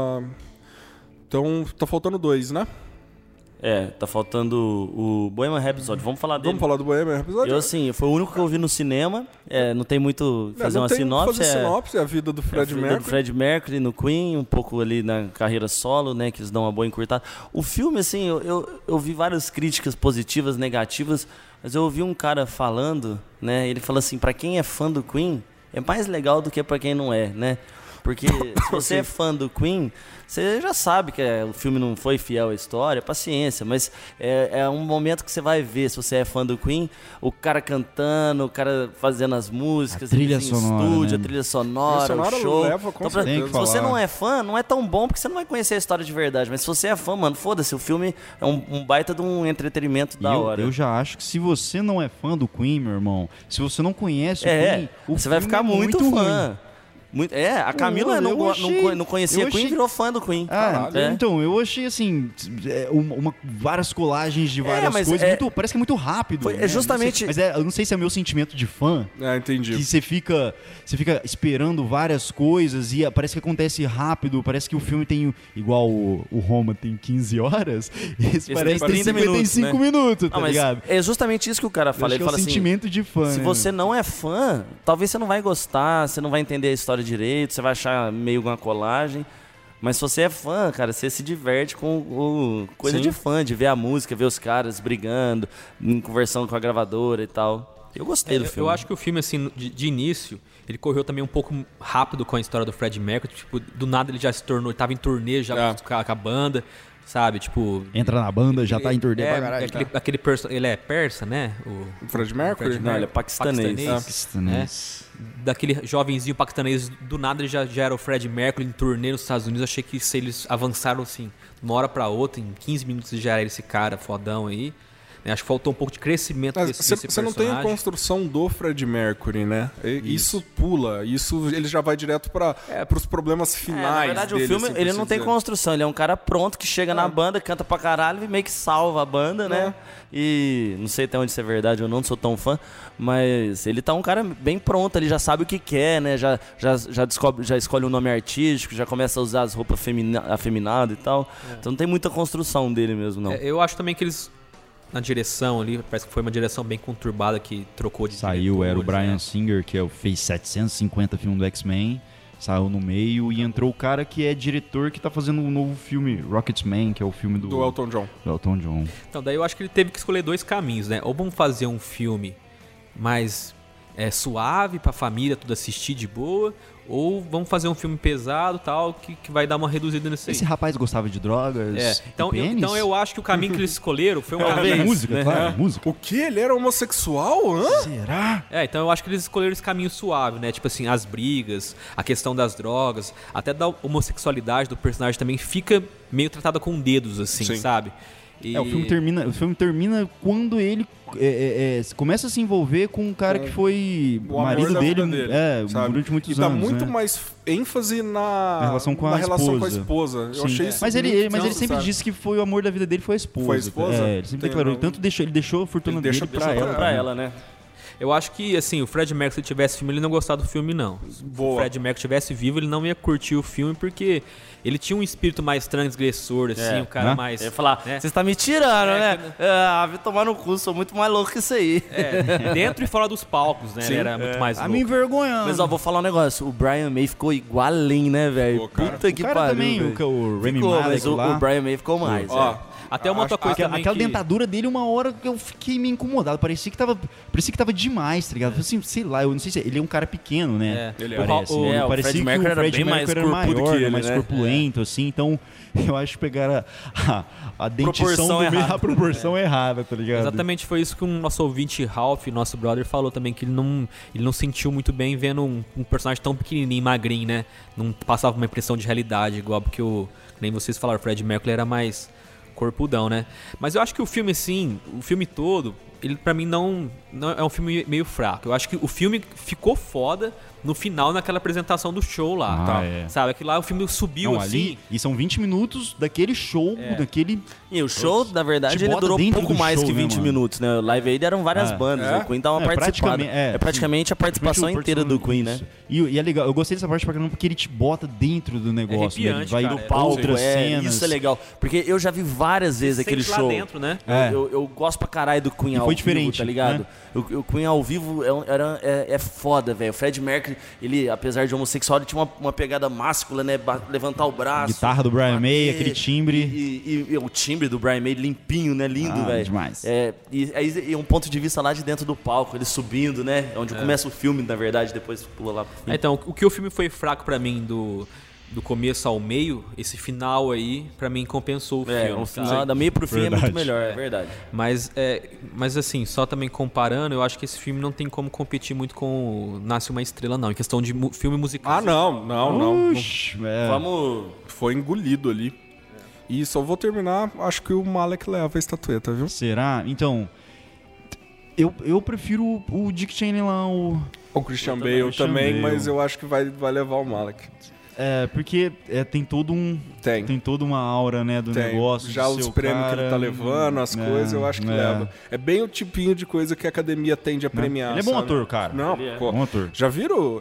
Então, tá faltando 2, né? Tá faltando o Bohemian Rhapsody. Vamos falar dele. Vamos falar do Bohemian Rhapsody? Eu, assim, foi o único que eu vi no cinema. Não tem muito fazer não uma tem sinopse. Fazer sinopse, é a vida do Fred a vida Mercury. do Fred Mercury no Queen, um pouco ali na carreira solo, né, que eles dão uma boa encurtada. O filme, assim, eu vi várias críticas positivas, negativas, mas eu ouvi um cara falando, né, ele fala assim, pra quem é fã do Queen, é mais legal do que pra quem não é, né? Porque se você é fã do Queen, você já sabe que o filme não foi fiel à história, paciência, mas é um momento que você vai ver, se você é fã do Queen, o cara cantando, o cara fazendo as músicas, A trilha eles em sonora, estúdio, né? a trilha sonora, sonora o show. leva, com Então, certeza. se você não é fã, não é tão bom, porque você não vai conhecer a história de verdade, mas se você é fã, mano, foda-se, o filme é um baita de um entretenimento da hora. Eu já acho que se você não é fã do Queen, meu irmão, se você não conhece o Queen, o você vai filme ficar é muito fã. ruim. A Camila não conhecia Queen e virou fã do Queen. Então, eu achei assim, várias colagens de várias coisas, parece que é muito rápido. É justamente... Eu não sei se é meu sentimento de fã, Entendi. que você fica esperando várias coisas e parece que acontece rápido, parece que o filme tem, igual o Roma tem 15 horas, esse parece que tem 55 minutos, tá ligado? É justamente isso que o cara fala. Ele fala assim, sentimento de fã, se você não é fã, talvez você não vai gostar, você não vai entender a história direito, você vai achar meio uma colagem. Mas se você é fã, cara, você se diverte com coisa de fã, de ver a música, ver os caras brigando, conversando com a gravadora e tal. Eu gostei do filme. Eu acho que o filme, assim, de início, ele correu também um pouco rápido com a história do Fred Mercury. Tipo, do nada ele já se tornou, ele tava em turnê já com a banda, sabe? Tipo... Entra na banda, já tá em turnê pra caralho. Ele é persa, né? O Fred Mercury? Não, ele é paquistanês. Paquistanês. Daquele jovenzinho paquistanês, do nada ele já era o Fred Mercury em turnê nos Estados Unidos. Achei que se eles avançaram assim, de uma hora pra outra, em 15 minutos já era esse cara fodão aí. Acho que faltou um pouco de crescimento desse personagem. Você não tem a construção do Fred Mercury, né? Isso pula, ele já vai direto pros problemas finais. Na verdade, dele, o filme assim, ele não tem construção, ele é um cara pronto que chega na banda, canta pra caralho e meio que salva a banda, né? E não sei até onde isso é verdade ou não sou tão fã, mas ele tá um cara bem pronto, ele já sabe o que quer, né? Já escolhe um nome artístico, já começa a usar as roupas afeminadas e tal. Então não tem muita construção dele mesmo, não. Eu acho também que eles... Na direção ali, parece que foi uma direção bem conturbada que trocou de Saiu, era o Bryan Singer, que fez 750 filmes do X-Men, saiu no meio e entrou o cara que é diretor que tá fazendo um novo filme, Rocketman, que é o filme do Elton John. Do Elton John. Então, daí eu acho que ele teve que escolher dois caminhos, né? Ou vamos fazer um filme mais suave pra família tudo assistir de boa, ou vamos fazer um filme pesado tal, que vai dar uma reduzida nisso aí. Esse rapaz gostava de drogas? Então eu acho que o caminho que eles escolheram foi um caminho... música, né? Claro, música. O quê? Ele era homossexual? Hã? Será? Então eu acho que eles escolheram esse caminho suave, né? Tipo assim, as brigas, a questão das drogas, até da homossexualidade do personagem também fica meio tratada com dedos, assim, sabe? O filme termina quando ele começa a se envolver com um cara que foi o marido dele durante muitos anos. E dá muito mais ênfase na relação com a esposa. Eu achei isso mas ele sempre disse que foi o amor da vida dele foi a esposa. Foi a esposa? Ele sempre declarou. Tanto ele deixou a fortuna dele pra ela, né? Eu acho que, assim, o Fred Mercury, se ele tivesse filme, ele não gostava do filme, não. Se o Fred Mercury tivesse vivo, ele não ia curtir o filme, porque ele tinha um espírito mais transgressor, assim, um cara mais... Eu ia falar, você está me tirando, né? Vai tomar no cu, sou muito mais louco que isso aí. Dentro e fora dos palcos, né? Ele era muito mais louco. Tá me envergonhando. Mas, vou falar um negócio, o Brian May ficou igualinho, né, velho? Puta que pariu. Também, o Rami Malek lá. O Brian May ficou mais, Até uma outra coisa também aquela dentadura dele, uma hora eu fiquei meio incomodado. Parecia que tava demais, tá ligado? Assim, sei lá, eu não sei se... Ele é um cara pequeno, né? Ele parece. Parecia que o Fred Mercury era maior, mais corpulento, assim. Então, eu acho que pegaram a dentição do meio, a proporção errada, tá ligado? Exatamente, foi isso que o nosso ouvinte Ralph, nosso brother, falou também, que ele não sentiu muito bem vendo um personagem tão pequenininho, magrinho, né? Não passava uma impressão de realidade, igual porque nem vocês falaram, o Fred Mercury era mais corpudão, né? Mas eu acho que o filme, assim, o filme todo, ele pra mim não é um filme meio fraco. Eu acho que o filme ficou foda no final, naquela apresentação do show lá, sabe? Que lá o filme subiu assim. E são 20 minutos daquele show, daquele... E o show, na verdade, ele durou um pouco mais que 20 minutos, né? O Live Aid eram várias bandas, o Queen dava uma participada. Praticamente a participação inteira do Queen, né? E é legal, eu gostei dessa parte pra caramba porque ele te bota dentro do negócio, né? Ele vai cara, no palco, outras cenas. Isso é legal, porque eu já vi várias vezes aquele show. Lá dentro, né? Eu gosto pra caralho do Queen ao vivo, tá ligado? Né? O Queen ao vivo é foda, velho. O Fred Mercury, ele, apesar de homossexual, ele tinha uma pegada máscula, né? Levantar o braço. Guitarra do Brian May, aquele timbre. E o timbre do Brian May limpinho, né? Lindo, velho. Demais. E aí um ponto de vista lá de dentro do palco, ele subindo, né? Onde começa o filme, na verdade, depois pula lá pro fim. Então, o que o filme foi fraco pra mim do começo ao meio, esse final aí, pra mim, compensou o filme. O final da meio pro fim é muito melhor, é verdade. Mas assim, só também comparando, eu acho que esse filme não tem como competir muito com Nasce Uma Estrela, não. Em questão de filme musical. Não. Uxi, Vamos... Foi engolido ali. E só vou terminar, acho que o Malek leva a estatueta, viu? Será? Então... Eu prefiro o Dick Cheney lá, o Christian Bale também, mas eu acho que vai levar o Malek. Porque tem todo um... Tem toda uma aura, né, do negócio. Já os prêmios que ele tá levando, as coisas, eu acho que leva. É bem o tipinho de coisa que a academia tende a premiar. Ele é bom ator, cara. Não, bom ator. Já viram?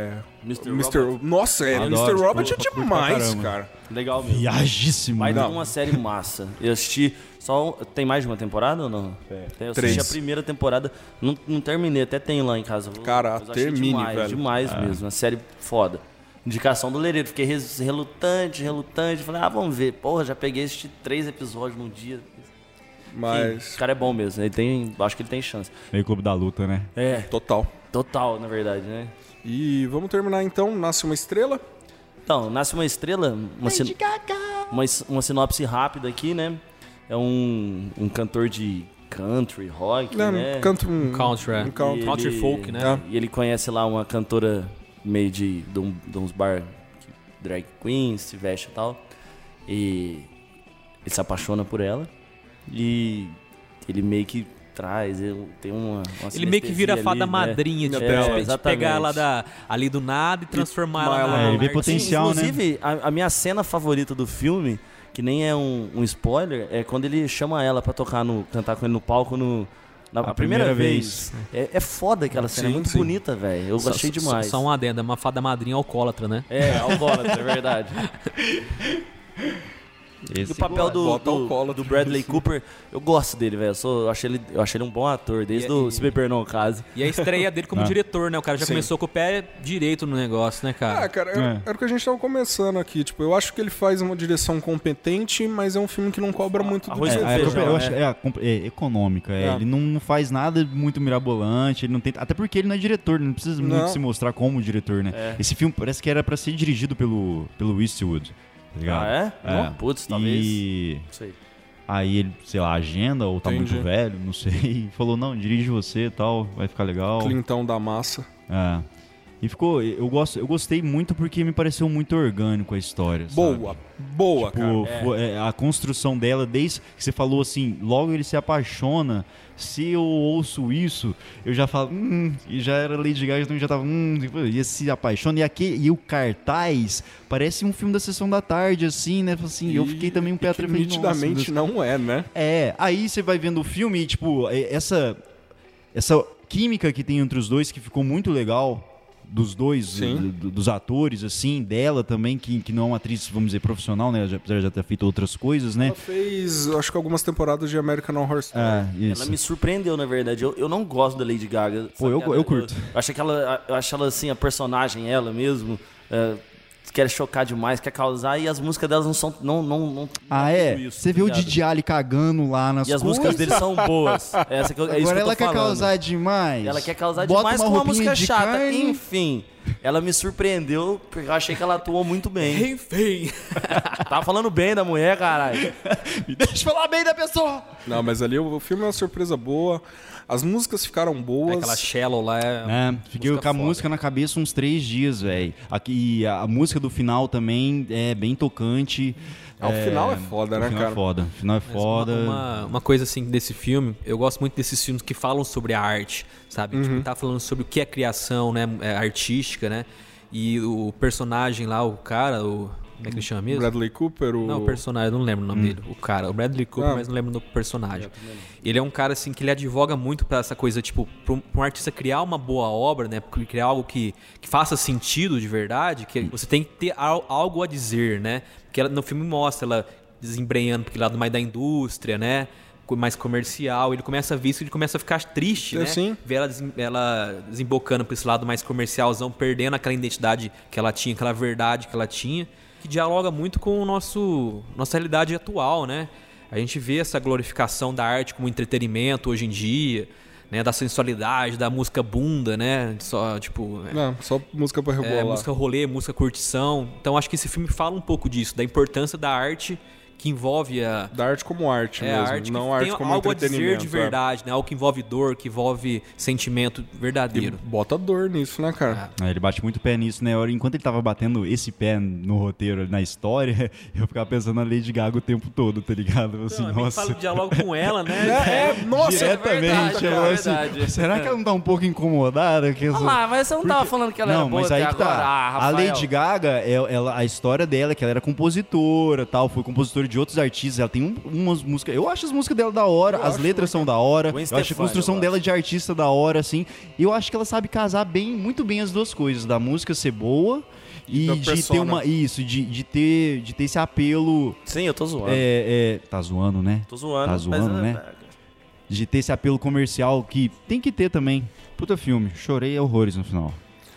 Mr. Nossa, Mr. Robert é demais, cara. Legal mesmo. Viajíssimo. Vai ter uma série massa. Eu assisti tem mais de uma temporada ou não? Eu assisti a primeira temporada, não terminei, até tenho lá em casa. Cara, termine, velho. Demais mesmo, uma série foda. indicação do Lerito. Fiquei relutante. Falei, vamos ver. Porra, já peguei esses 3 episódios num dia. Mas... Sim, o cara é bom mesmo. Acho que ele tem chance. Meio Clube da Luta, né? Total, na verdade, né? E vamos terminar então. Nasce uma Estrela. Então, Nasce uma Estrela, uma sinopse rápida aqui, né? É um cantor de country, rock, né? Country folk, né? E ele conhece lá uma cantora meio de uns bar drag queens, se veste e tal. E ele se apaixona por ela. E ele meio que tem uma ele meio que vira a fada madrinha de pegar ela ali do nada e transformar ela ele vê potencial, inclusive, né? A minha cena favorita do filme, que nem é um spoiler, é quando ele chama ela pra cantar com ele no palco na primeira vez. É foda aquela cena, é muito bonita, velho. Eu gostei demais. Só um adendo, é uma fada madrinha alcoólatra, né? Alcoólatra, é verdade. E o papel do Bradley Cooper, eu gosto dele, velho. Eu achei ele um bom ator, desde o Se Beber Não Case. E a estreia dele como diretor, né? O cara já começou com o pé direito no negócio, né, cara? Cara, era o que a gente tava começando aqui. Tipo, eu acho que ele faz uma direção competente, mas é um filme que não cobra muito do eu acho econômica. Ele não faz nada muito mirabolante, ele não tenta, até porque ele não é diretor, ele não precisa muito se mostrar como diretor, né? Esse filme parece que era pra ser dirigido pelo Eastwood. Tá ligado? Não, putz, talvez. Não sei. Aí ele, sei lá, agenda ou tá muito velho, não sei. E falou, não, dirige você e tal, vai ficar legal. Clintão da massa. E ficou, eu gostei muito porque me pareceu muito orgânico a história. Boa, cara. A construção dela, desde que você falou assim, logo ele se apaixona. Se eu ouço isso, eu já falo, e já era Lady Gaga, então já tava, e se apaixona. E o cartaz parece um filme da Sessão da Tarde, assim, né? Assim, eu fiquei também um pé atrás. Nitidamente não é, né? Aí você vai vendo o filme e, tipo, essa química que tem entre os dois, que ficou muito legal, dos dois, dos atores, assim, dela também, que não é uma atriz, vamos dizer, profissional, né? Apesar de já ter feito outras coisas, né? Ela fez, acho que algumas temporadas de American Horror Story. Isso. Ela me surpreendeu, na verdade. Eu não gosto da Lady Gaga. Pô, eu curto. Eu acho ela, assim, a personagem, ela mesmo... quer chocar demais, quer causar, e as músicas delas não são... Não isso, você vê o Didi Ali cagando lá nas coisas. E as músicas deles são boas. Agora ela quer causar demais. Ela quer causar demais com uma música chata. Carne. Enfim, ela me surpreendeu, porque eu achei que ela atuou muito bem. Enfim. Tava falando bem da mulher, caralho. Me deixa falar bem da pessoa. Não, mas ali o filme é uma surpresa boa. As músicas ficaram boas. Aquela Shallow lá fiquei com a música na cabeça uns 3 dias, velho. E a música do final também é bem tocante. O final é foda, né, cara? O final é foda. Uma coisa assim desse filme, eu gosto muito desses filmes que falam sobre a arte, sabe? Tipo, tá falando sobre o que é criação, né? Artística, né? E o personagem lá, o cara, como é que ele chama mesmo? Bradley Cooper? Não, o personagem, não lembro o nome dele. O Bradley Cooper, mas não lembro do personagem. Ele é um cara, assim, que ele advoga muito pra essa coisa, tipo, pra um artista criar uma boa obra, né? Criar algo que faça sentido de verdade, que você tem que ter algo a dizer, né? Porque no filme mostra ela desembrenhando pro lado mais da indústria, né? Mais comercial. Ele começa a ver isso, ele começa a ficar triste, né? Sim. Ver ela desembocando pra esse lado mais comercialzão, perdendo aquela identidade que ela tinha, aquela verdade que ela tinha, que dialoga muito com nossa realidade atual, né? A gente vê essa glorificação da arte como entretenimento hoje em dia, né? Da sensualidade, da música bunda, né? Só música pra rebolar. Música rolê, música curtição. Então acho que esse filme fala um pouco disso, da importância da arte que envolve da arte como arte mesmo, arte não arte como algo entretenimento. A dizer de verdade, né? Algo que envolve dor, que envolve sentimento verdadeiro. E bota dor nisso, né, cara? Ele bate muito pé nisso, né? Enquanto ele tava batendo esse pé no roteiro, na história, eu ficava pensando na Lady Gaga o tempo todo, tá ligado? Assim, nossa. Fala o diálogo com ela, né? Nossa, diretamente. É assim, será que ela não tá um pouco incomodada? Olha lá, mas você não tava falando que ela era boa mas aí até que agora? tá. A Lady Gaga, a história dela é que ela era compositora, tal, foi compositora de outros artistas. Ela tem umas músicas. Eu acho as músicas dela da hora, as letras são da hora. Eu acho a construção dela de artista da hora, assim. E eu acho que ela sabe casar muito bem as duas coisas, da música ser boa e de ter de ter esse apelo. Sim, eu tô zoando. Tá zoando, né? Tô zoando. Tá zoando, né? De ter esse apelo comercial que tem que ter também. Puta filme, chorei horrores no final.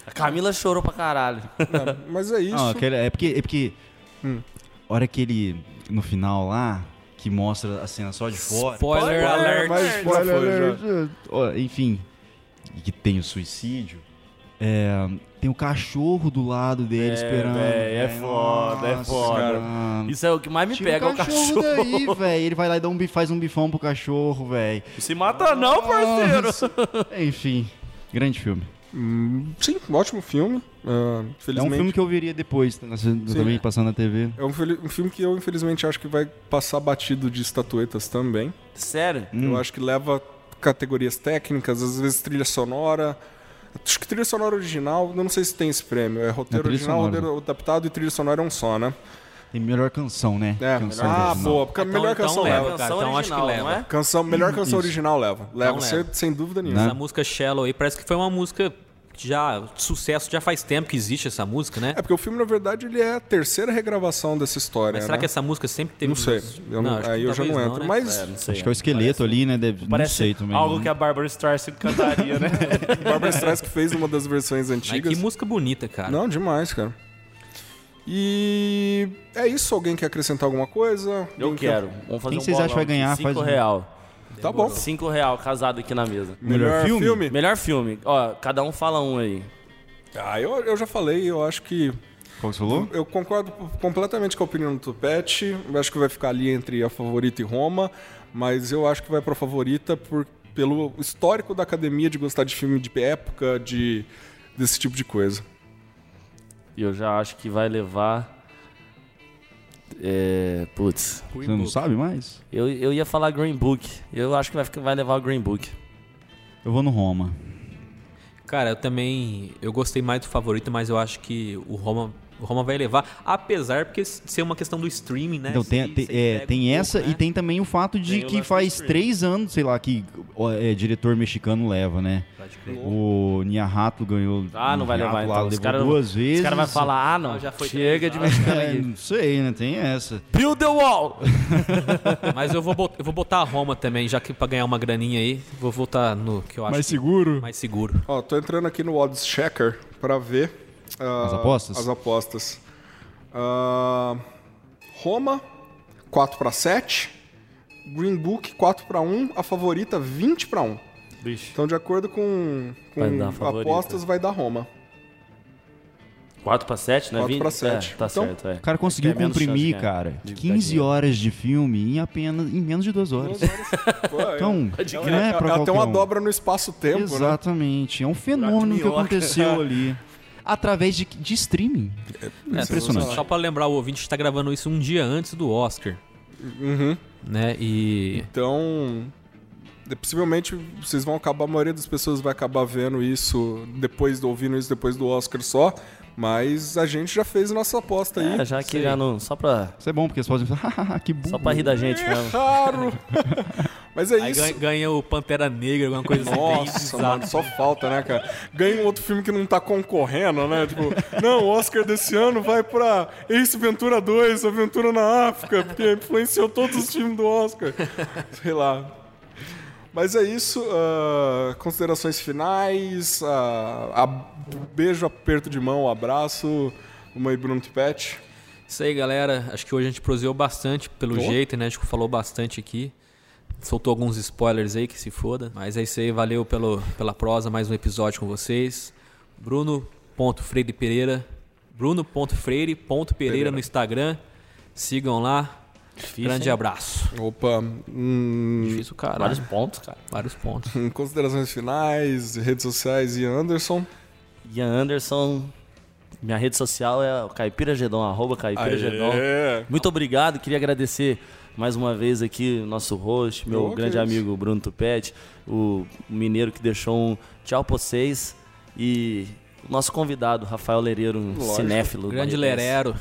A Camila chorou pra caralho. Mas é isso. Não, é porque a hora que ele, no final lá, que mostra a cena só de fora. Spoiler alert. Mas spoiler alert. Ó, enfim, que tem o suicídio. Tem o cachorro do lado dele esperando. É foda, é foda. cara. Isso é o que mais me pega, Tira o cachorro. daí, velho. Ele vai lá e faz um bifão pro cachorro, velho. Se mata não, parceiro. Enfim, grande filme. Sim, um ótimo filme. É Felizmente. um filme que eu veria depois, também passando na TV. É um filme que eu, infelizmente, acho que vai passar batido de estatuetas também. Sério? Eu acho que leva categorias técnicas, às vezes trilha sonora. Acho que trilha sonora original, eu não sei se tem esse prêmio. É roteiro original, roteiro adaptado e trilha sonora é um só, né? Tem melhor canção, né? Canção original. Boa. Porque a melhor canção leva, leva. cara. Então acho que original, leva. não é? Melhor canção original leva. Leva, leva. sem dúvida nenhuma. Essa música Shallow aí parece que foi uma música de sucesso, já faz tempo que existe essa música, né? É porque o filme, na verdade, ele é a terceira regravação dessa história, Mas será né? que essa música sempre teve... Não sei. Aí eu já não entro. Né? Mas Não sei. Acho que é o esqueleto ali, né? Não Parece sei também. algo que a Barbara Streisand cantaria, né? Barbra Streisand que fez uma das versões Ai, antigas. que música bonita, cara. Não, demais, cara. E é isso. Alguém quer acrescentar alguma coisa? Eu Alguém quero. Vamos fazer Quem um vocês acham que vai bolão ganhar? aqui. Faz um- R$5. Tá bom. R$5 casado aqui na mesa. Melhor filme? Melhor filme. Ó, cada um fala um aí. Eu já falei, eu acho que... Qual que você falou? Eu concordo completamente com a opinião do Tupete. Eu acho que vai ficar ali entre a Favorita e Roma. Mas eu acho que vai pra Favorita pelo histórico da academia de gostar de filme de época, desse tipo de coisa. E eu já acho que vai levar... Putz. Você não sabe mais? Eu ia falar Green Book. Eu acho que vai levar o Green Book. Eu vou no Roma. Cara, eu gostei mais do Favorito, mas eu acho que o Roma vai levar, apesar de ser uma questão do streaming, né? Então, tem essa pouco, né? E tem também o fato de Tem o que lance faz do streaming. 3 anos, sei lá, que diretor mexicano leva, né? Pode crer. O Niarhato ganhou. Ah, não vai Niarhato levar lá, então. Os levou caras 2 vezes. Os caras vão falar, não, já foi chega de 3 mexicano É, aqui. não sei, né? Tem essa. Build the wall! Mas eu vou botar a Roma também, já que pra ganhar uma graninha aí, vou votar no que eu acho seguro? mais seguro. Ó, tô entrando aqui no Odds Checker pra ver... As apostas? As apostas. Roma, 4-7. Green Book, 4-1. A Favorita, 20-1. Bicho. Então, de acordo com Vai dar a Favorita. apostas, vai dar Roma. 4-7, né? 4-7. Tá Então, certo, é. O cara conseguiu É menos comprimir, chance, né? cara, De 15 dinheiro. horas de filme em menos de 2 horas. Pô, Então, não é pra ela tem qualquer uma um. dobra no espaço-tempo, né? Exatamente. É um fenômeno que minhoca. aconteceu ali. Através de streaming. Impressionante. Só pra lembrar, o ouvinte está gravando isso um dia antes do Oscar. Uhum. Né? E Então, possivelmente, vocês vão acabar, a maioria das pessoas vai acabar vendo isso, ouvindo isso depois do Oscar só, mas a gente já fez nossa aposta aí. É, já que já não... Só pra Isso é bom, porque eles podem falar, que burro. Só pra rir da gente mesmo. Raro! Mas é aí isso. ganha o Pantera Negra, alguma coisa assim. bem Nossa, bizarra. mano, só falta, né, cara? Ganha um outro filme que não tá concorrendo, né? Tipo, não, o Oscar desse ano vai pra Ace Ventura 2, Aventura na África, porque influenciou todos os filmes do Oscar. Sei lá. Mas é isso. Considerações finais. Beijo, aperto de mão, abraço. Uma aí, Bruno Tupete. Isso aí, galera. Acho que hoje a gente proseou bastante pelo jeito, né? Acho que falou bastante aqui. Soltou alguns spoilers aí, que se foda. Mas é isso aí, valeu pela prosa, mais um episódio com vocês. Bruno.Freire.Pereira. Bruno.Freire.Pereira no Instagram. Sigam lá. Grande abraço. Opa. Difícil, cara. Vários pontos, cara. Vários pontos. Considerações finais, redes sociais, Ian Anderson. Ian Anderson. Minha rede social é o Caipira Gedon, @Caipira Gedon. Muito obrigado, queria agradecer mais uma vez aqui o nosso host, meu grande amigo Bruno Tupete, o mineiro que deixou um tchau pra vocês e o nosso convidado, Rafael Lereiro, um cinéfilo. Grande barretense. Lerero.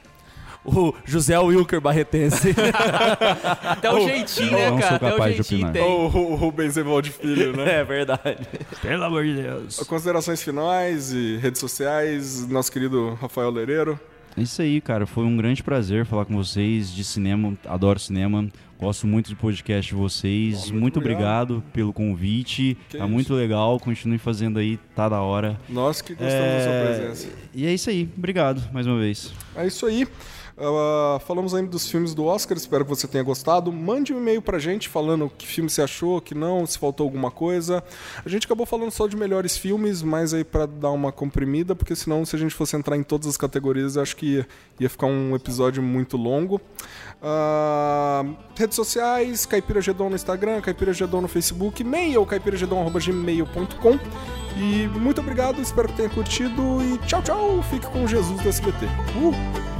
O José Wilker Barretense. Até o jeitinho, né, não cara? sou Até o capaz de jeitinho opinar. tem. O Rubens Evaldo Filho, né? É verdade. Pelo amor de Deus. Considerações finais e redes sociais, nosso querido Rafael Lereiro. É isso aí, cara. Foi um grande prazer falar com vocês de cinema. Adoro cinema. Gosto muito do podcast de vocês. Muito obrigado pelo convite. Tá muito legal. Continue fazendo aí. Tá da hora. Nós que gostamos da sua presença. E é isso aí. Obrigado mais uma vez. É isso aí. Falamos aí dos filmes do Oscar, espero que você tenha gostado. Mande um e-mail pra gente falando que filme você achou, que não, se faltou alguma coisa. A gente acabou falando só de melhores filmes, mas aí pra dar uma comprimida, porque senão se a gente fosse entrar em todas as categorias, eu acho que ia ficar um episódio muito longo. Redes sociais, Caipira Gedon no Instagram, Caipira Gedon no Facebook, e-mail caipiragedon@gmail.com. E muito obrigado, espero que tenha curtido e tchau, tchau, fique com Jesus do SBT.